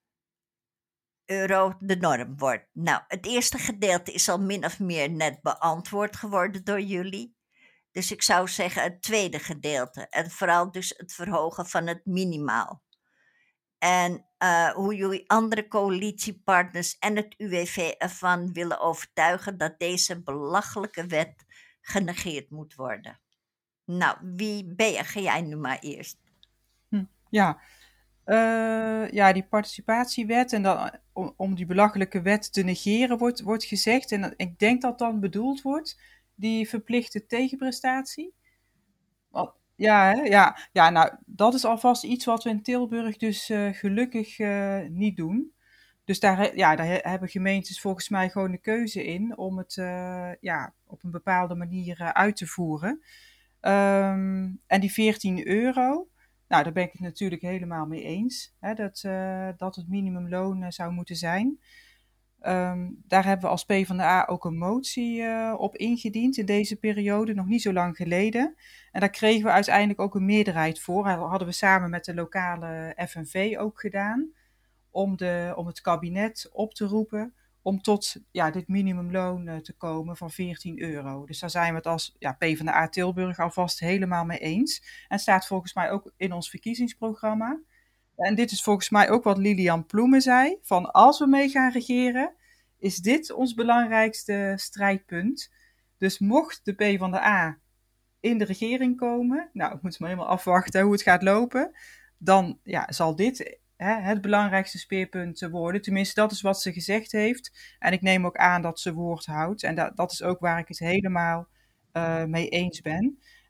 euro de norm wordt? Nou, het eerste gedeelte is al min of meer net beantwoord geworden door jullie. Dus ik zou zeggen het tweede gedeelte. En vooral dus het verhogen van het minimaal. En hoe jullie andere coalitiepartners en het UWV ervan willen overtuigen dat deze belachelijke wet genegeerd moet worden. Nou, wie ben je? Ga jij nu maar eerst. Ja, die participatiewet en dan om die belachelijke wet te negeren wordt gezegd. En ik denk dat dan bedoeld wordt die verplichte tegenprestatie. Ja, nou, dat is alvast iets wat we in Tilburg dus gelukkig niet doen. Dus daar hebben gemeentes volgens mij gewoon de keuze in om het op een bepaalde manier uit te voeren. En die 14 euro... Nou, daar ben ik het natuurlijk helemaal mee eens, hè, dat het minimumloon zou moeten zijn. Daar hebben we als PvdA ook een motie op ingediend in deze periode, nog niet zo lang geleden. En daar kregen we uiteindelijk ook een meerderheid voor. Dat hadden we samen met de lokale FNV ook gedaan, om het kabinet op te roepen om tot dit minimumloon te komen van 14 euro. Dus daar zijn we het als PvdA Tilburg alvast helemaal mee eens. En staat volgens mij ook in ons verkiezingsprogramma. En dit is volgens mij ook wat Lilian Ploemen zei, van als we mee gaan regeren, is dit ons belangrijkste strijdpunt. Dus mocht de PvdA in de regering komen, nou, ik moet maar helemaal afwachten hoe het gaat lopen, dan zal dit het belangrijkste speerpunt worden. Tenminste, dat is wat ze gezegd heeft. En ik neem ook aan dat ze woord houdt. En dat is ook waar ik het helemaal mee eens ben.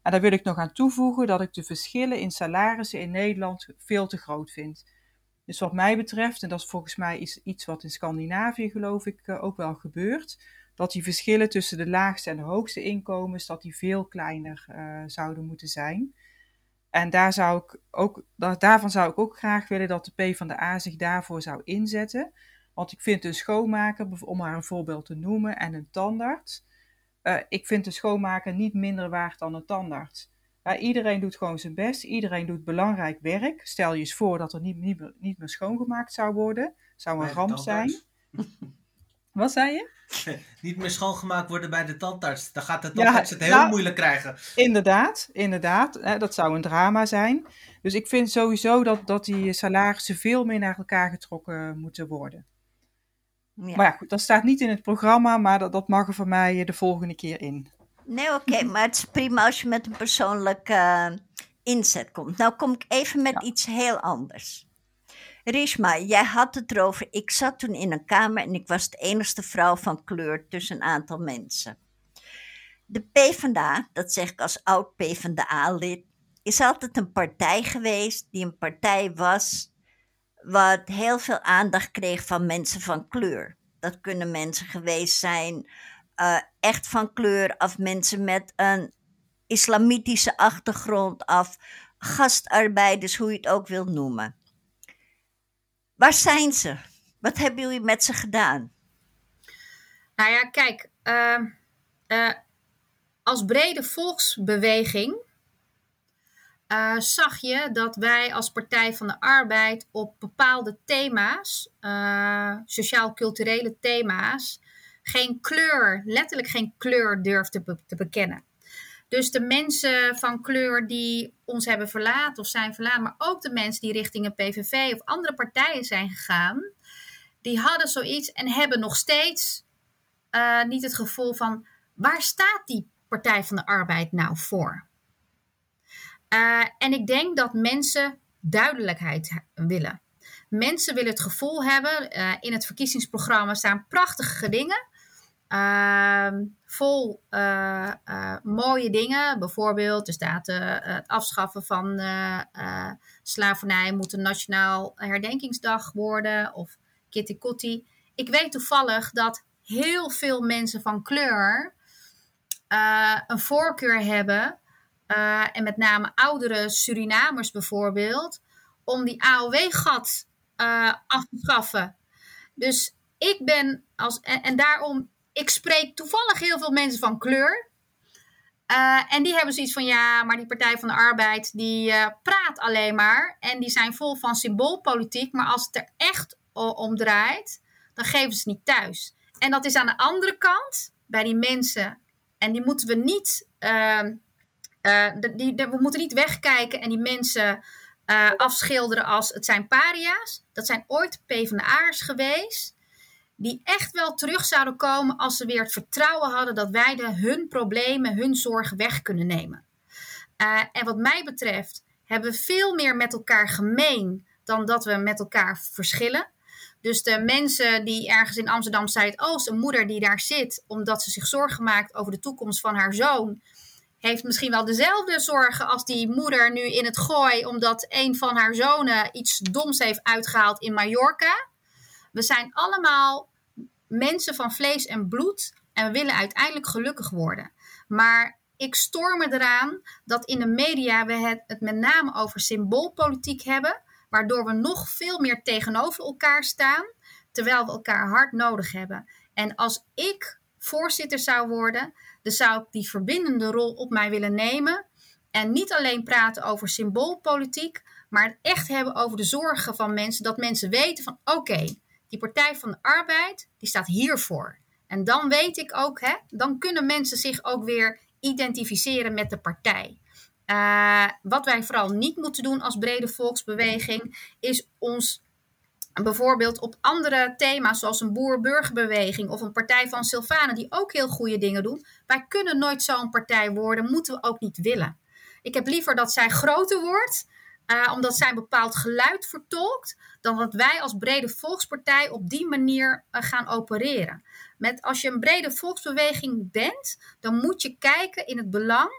En daar wil ik nog aan toevoegen dat ik de verschillen in salarissen in Nederland veel te groot vind. Dus wat mij betreft, en dat is volgens mij iets wat in Scandinavië geloof ik ook wel gebeurt, dat die verschillen tussen de laagste en de hoogste inkomens, dat die veel kleiner zouden moeten zijn. En daarvan zou ik ook graag willen dat de PvdA zich daarvoor zou inzetten. Want ik vind een schoonmaker, om maar een voorbeeld te noemen, en een tandarts. Ik vind de schoonmaker niet minder waard dan een tandarts. Iedereen doet gewoon zijn best. Iedereen doet belangrijk werk. Stel je eens voor dat er niet meer schoongemaakt zou worden. Zou een ramp zijn. Wat zei je? Niet meer schoongemaakt worden bij de tandarts. Dan gaat de tandarts het heel moeilijk krijgen. Inderdaad. Dat zou een drama zijn. Dus ik vind sowieso dat die salarissen veel meer naar elkaar getrokken moeten worden. Ja. Maar ja, goed, dat staat niet in het programma, maar dat mag er voor mij de volgende keer in. Nee, oké, maar het is prima als je met een persoonlijke inzet komt. Nou kom ik even met iets heel anders. Rishma, jij had het erover. Ik zat toen in een kamer en ik was de enigste vrouw van kleur tussen een aantal mensen. De PvdA, dat zeg ik als oud PvdA-lid, is altijd een partij geweest die een partij was wat heel veel aandacht kreeg van mensen van kleur. Dat kunnen mensen geweest zijn, echt van kleur, of mensen met een islamitische achtergrond, of gastarbeiders, hoe je het ook wilt noemen. Waar zijn ze? Wat hebben jullie met ze gedaan? Nou ja, kijk, als brede volksbeweging zag je dat wij als Partij van de Arbeid op bepaalde thema's, sociaal-culturele thema's, letterlijk geen kleur durfden te bekennen. Dus de mensen van kleur die ons hebben verlaten of zijn verlaten, maar ook de mensen die richting een PVV of andere partijen zijn gegaan, die hadden zoiets en hebben nog steeds niet het gevoel van, waar staat die Partij van de Arbeid nou voor? En ik denk dat mensen duidelijkheid willen. Mensen willen het gevoel hebben, in het verkiezingsprogramma staan prachtige dingen, vol mooie dingen. Bijvoorbeeld, er staat het afschaffen van slavernij moet een nationaal herdenkingsdag worden, of kitty kotti. Ik weet toevallig dat heel veel mensen van kleur een voorkeur hebben, en met name oudere Surinamers bijvoorbeeld, om die AOW-gat af te schaffen. Dus ik ben en daarom, ik spreek toevallig heel veel mensen van kleur. En die hebben zoiets van, ja, maar die Partij van de Arbeid, die praat alleen maar. En die zijn vol van symboolpolitiek. Maar als het er echt om draait, dan geven ze het niet thuis. En dat is aan de andere kant, bij die mensen. En die moeten we niet, we moeten niet wegkijken en die mensen afschilderen als het zijn paria's. Dat zijn ooit PvdA'ers geweest, die echt wel terug zouden komen als ze weer het vertrouwen hadden dat wij hun problemen, hun zorgen weg kunnen nemen. En wat mij betreft hebben we veel meer met elkaar gemeen dan dat we met elkaar verschillen. Dus de mensen die ergens in Amsterdam Zuidoost, een moeder die daar zit omdat ze zich zorgen maakt over de toekomst van haar zoon, heeft misschien wel dezelfde zorgen als die moeder nu in het Gooi, omdat een van haar zonen iets doms heeft uitgehaald in Mallorca. We zijn allemaal mensen van vlees en bloed en we willen uiteindelijk gelukkig worden. Maar ik stoor me eraan dat in de media we het met name over symboolpolitiek hebben, waardoor we nog veel meer tegenover elkaar staan, terwijl we elkaar hard nodig hebben. En als ik voorzitter zou worden, dan zou ik die verbindende rol op mij willen nemen en niet alleen praten over symboolpolitiek, maar het echt hebben over de zorgen van mensen, dat mensen weten van oké, die Partij van de Arbeid, die staat hiervoor. En dan weet ik ook, dan kunnen mensen zich ook weer identificeren met de partij. Wat wij vooral niet moeten doen als brede volksbeweging, is ons bijvoorbeeld op andere thema's, zoals een boer-burgerbeweging of een partij van Sylvana, die ook heel goede dingen doen. Wij kunnen nooit zo'n partij worden, moeten we ook niet willen. Ik heb liever dat zij groter wordt, omdat zij een bepaald geluid vertolkt, dan dat wij als brede volkspartij op die manier gaan opereren. Als je een brede volksbeweging bent, dan moet je kijken in het belang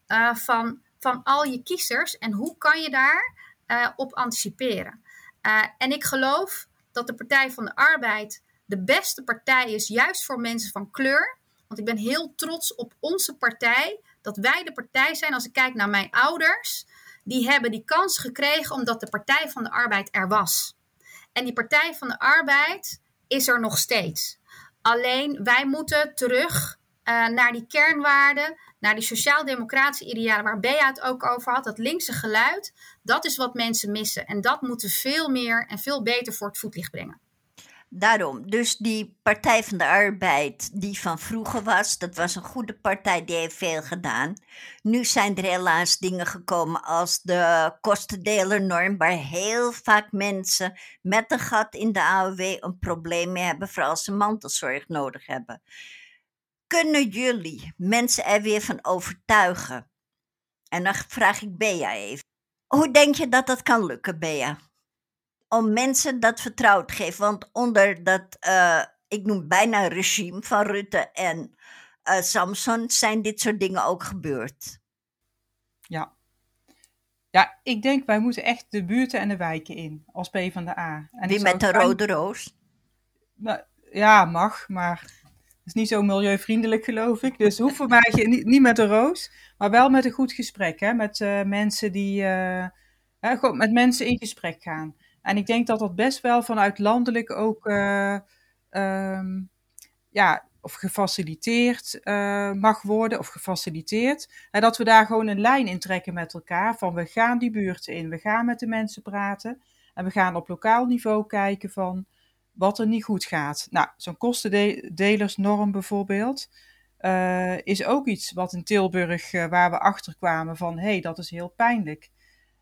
van al je kiezers en hoe kan je daar op anticiperen. En ik geloof dat de Partij van de Arbeid de beste partij is, juist voor mensen van kleur. Want ik ben heel trots op onze partij, dat wij de partij zijn. Als ik kijk naar mijn ouders, die hebben die kans gekregen omdat de Partij van de Arbeid er was. En die Partij van de Arbeid is er nog steeds. Alleen wij moeten terug naar die kernwaarden, naar die sociaal-democratische idealen waar Bea het ook over had, dat linkse geluid. Dat is wat mensen missen. En dat moeten we veel meer en veel beter voor het voetlicht brengen. Daarom, dus die Partij van de Arbeid die van vroeger was, dat was een goede partij, die heeft veel gedaan. Nu zijn er helaas dingen gekomen als de kostendelernorm, waar heel vaak mensen met een gat in de AOW een probleem mee hebben, vooral als ze mantelzorg nodig hebben. Kunnen jullie mensen er weer van overtuigen? En dan vraag ik Bea even. Hoe denk je dat dat kan lukken, Bea? Om mensen dat vertrouwen te geven. Want onder dat, ik noem bijna regime van Rutte en Samson, zijn dit soort dingen ook gebeurd. Ja, ik denk wij moeten echt de buurten en de wijken in, als PvdA. En Wie met de rode roos? Nou, ja, mag, maar het is niet zo milieuvriendelijk, geloof ik. Dus hoeft voor mij niet met de roos, maar wel met een goed gesprek. Hè? Met mensen die gewoon met mensen in gesprek gaan. En ik denk dat dat best wel vanuit landelijk ook of gefaciliteerd mag worden, of gefaciliteerd. En dat we daar gewoon een lijn in trekken met elkaar, van we gaan die buurten in, we gaan met de mensen praten en we gaan op lokaal niveau kijken van wat er niet goed gaat. Nou, zo'n kostendelersnorm bijvoorbeeld is ook iets wat in Tilburg, waar we achter kwamen van, hé, dat is heel pijnlijk.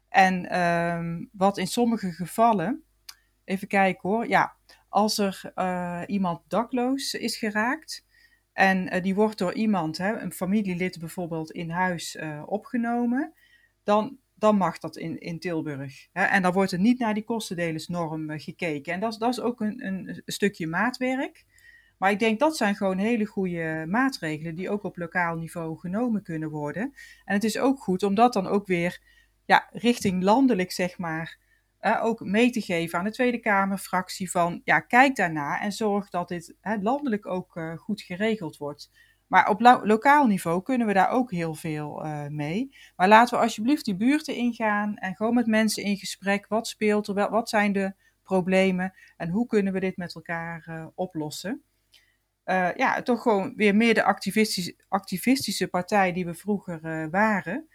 En wat in sommige gevallen, even kijken hoor, ja, als er iemand dakloos is geraakt en die wordt door iemand, een familielid bijvoorbeeld, in huis opgenomen, dan mag dat in Tilburg. En dan wordt er niet naar die kostendelersnorm gekeken. En dat is ook een stukje maatwerk. Maar ik denk dat zijn gewoon hele goede maatregelen die ook op lokaal niveau genomen kunnen worden. En het is ook goed om dat dan ook weer richting landelijk, zeg maar, ook mee te geven aan de Tweede Kamerfractie van, ja, kijk daarna en zorg dat dit landelijk ook goed geregeld wordt. Maar op lokaal niveau kunnen we daar ook heel veel mee. Maar laten we alsjeblieft die buurten ingaan en gewoon met mensen in gesprek. Wat speelt er, wat zijn de problemen en hoe kunnen we dit met elkaar oplossen? Toch gewoon weer meer de activistische partij die we vroeger waren.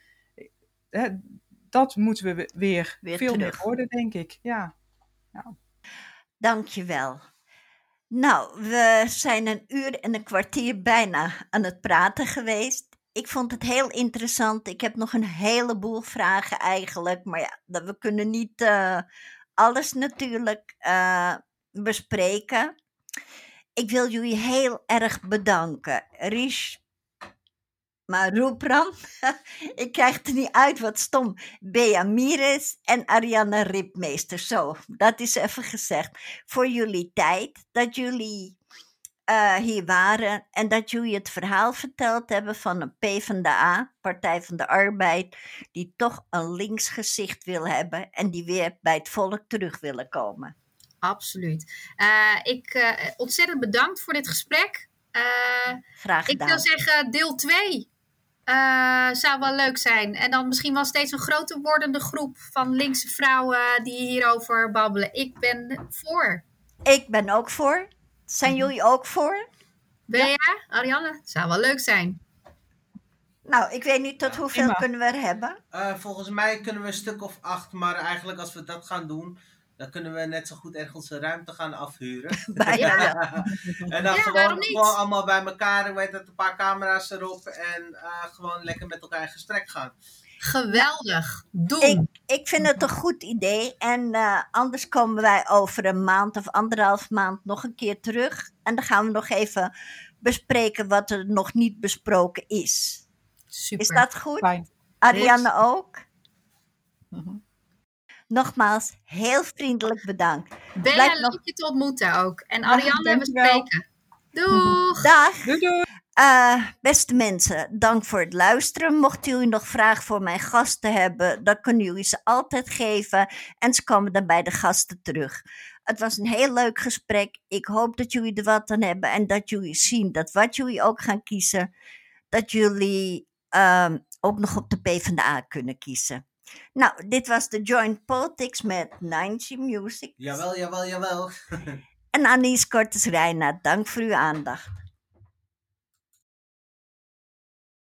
Dat moeten we weer veel terug. meer worden, denk ik. Ja. Dankjewel. Nou, we zijn 1 uur en een kwartier bijna aan het praten geweest. Ik vond het heel interessant. Ik heb nog een heleboel vragen eigenlijk. Maar ja, we kunnen niet alles natuurlijk bespreken. Ik wil jullie heel erg bedanken. Rish, maar Roepram, ik krijg het er niet uit, wat stom. Bea Mieris en Ariane Ripmeester. Zo, dat is even gezegd. Voor jullie tijd, dat jullie hier waren en dat jullie het verhaal verteld hebben van een PvdA, Partij van de Arbeid, die toch een links gezicht wil hebben en die weer bij het volk terug willen komen. Absoluut. Ontzettend bedankt voor dit gesprek. Graag gedaan. Ik wil zeggen, deel 2 zou wel leuk zijn. En dan misschien wel steeds een groter wordende groep van linkse vrouwen die hierover babbelen. Ik ben voor. Ik ben ook voor. Zijn jullie ook voor? Bea, Ariane? Het zou wel leuk zijn. Nou, ik weet niet tot hoeveel kunnen we er hebben. Volgens mij kunnen we een stuk of 8, maar eigenlijk als we dat gaan doen, dan kunnen we net zo goed ergens een ruimte gaan afhuren. Bijna. En dan gewoon allemaal bij elkaar, een paar camera's erop en gewoon lekker met elkaar in gesprek gaan. Geweldig. Doen. Ik vind het een goed idee. En anders komen wij over een maand of 1,5 maand nog een keer terug. En dan gaan we nog even bespreken wat er nog niet besproken is. Super. Is dat goed? Fijn. Ariane ook? Nogmaals, heel vriendelijk bedankt. Bea, leuk je te ontmoeten ook. En Ariane, we spreken. Doeg! Dag! Doei, doei! Beste mensen, dank voor het luisteren. Mochten jullie nog vragen voor mijn gasten hebben, dan kunnen jullie ze altijd geven. En ze komen dan bij de gasten terug. Het was een heel leuk gesprek. Ik hoop dat jullie er wat aan hebben. En dat jullie zien dat wat jullie ook gaan kiezen, dat jullie ook nog op de PvdA kunnen kiezen. Nou, dit was de Joint Politics met 90 Music. Jawel. En Anies Cortes-Reina, dank voor uw aandacht.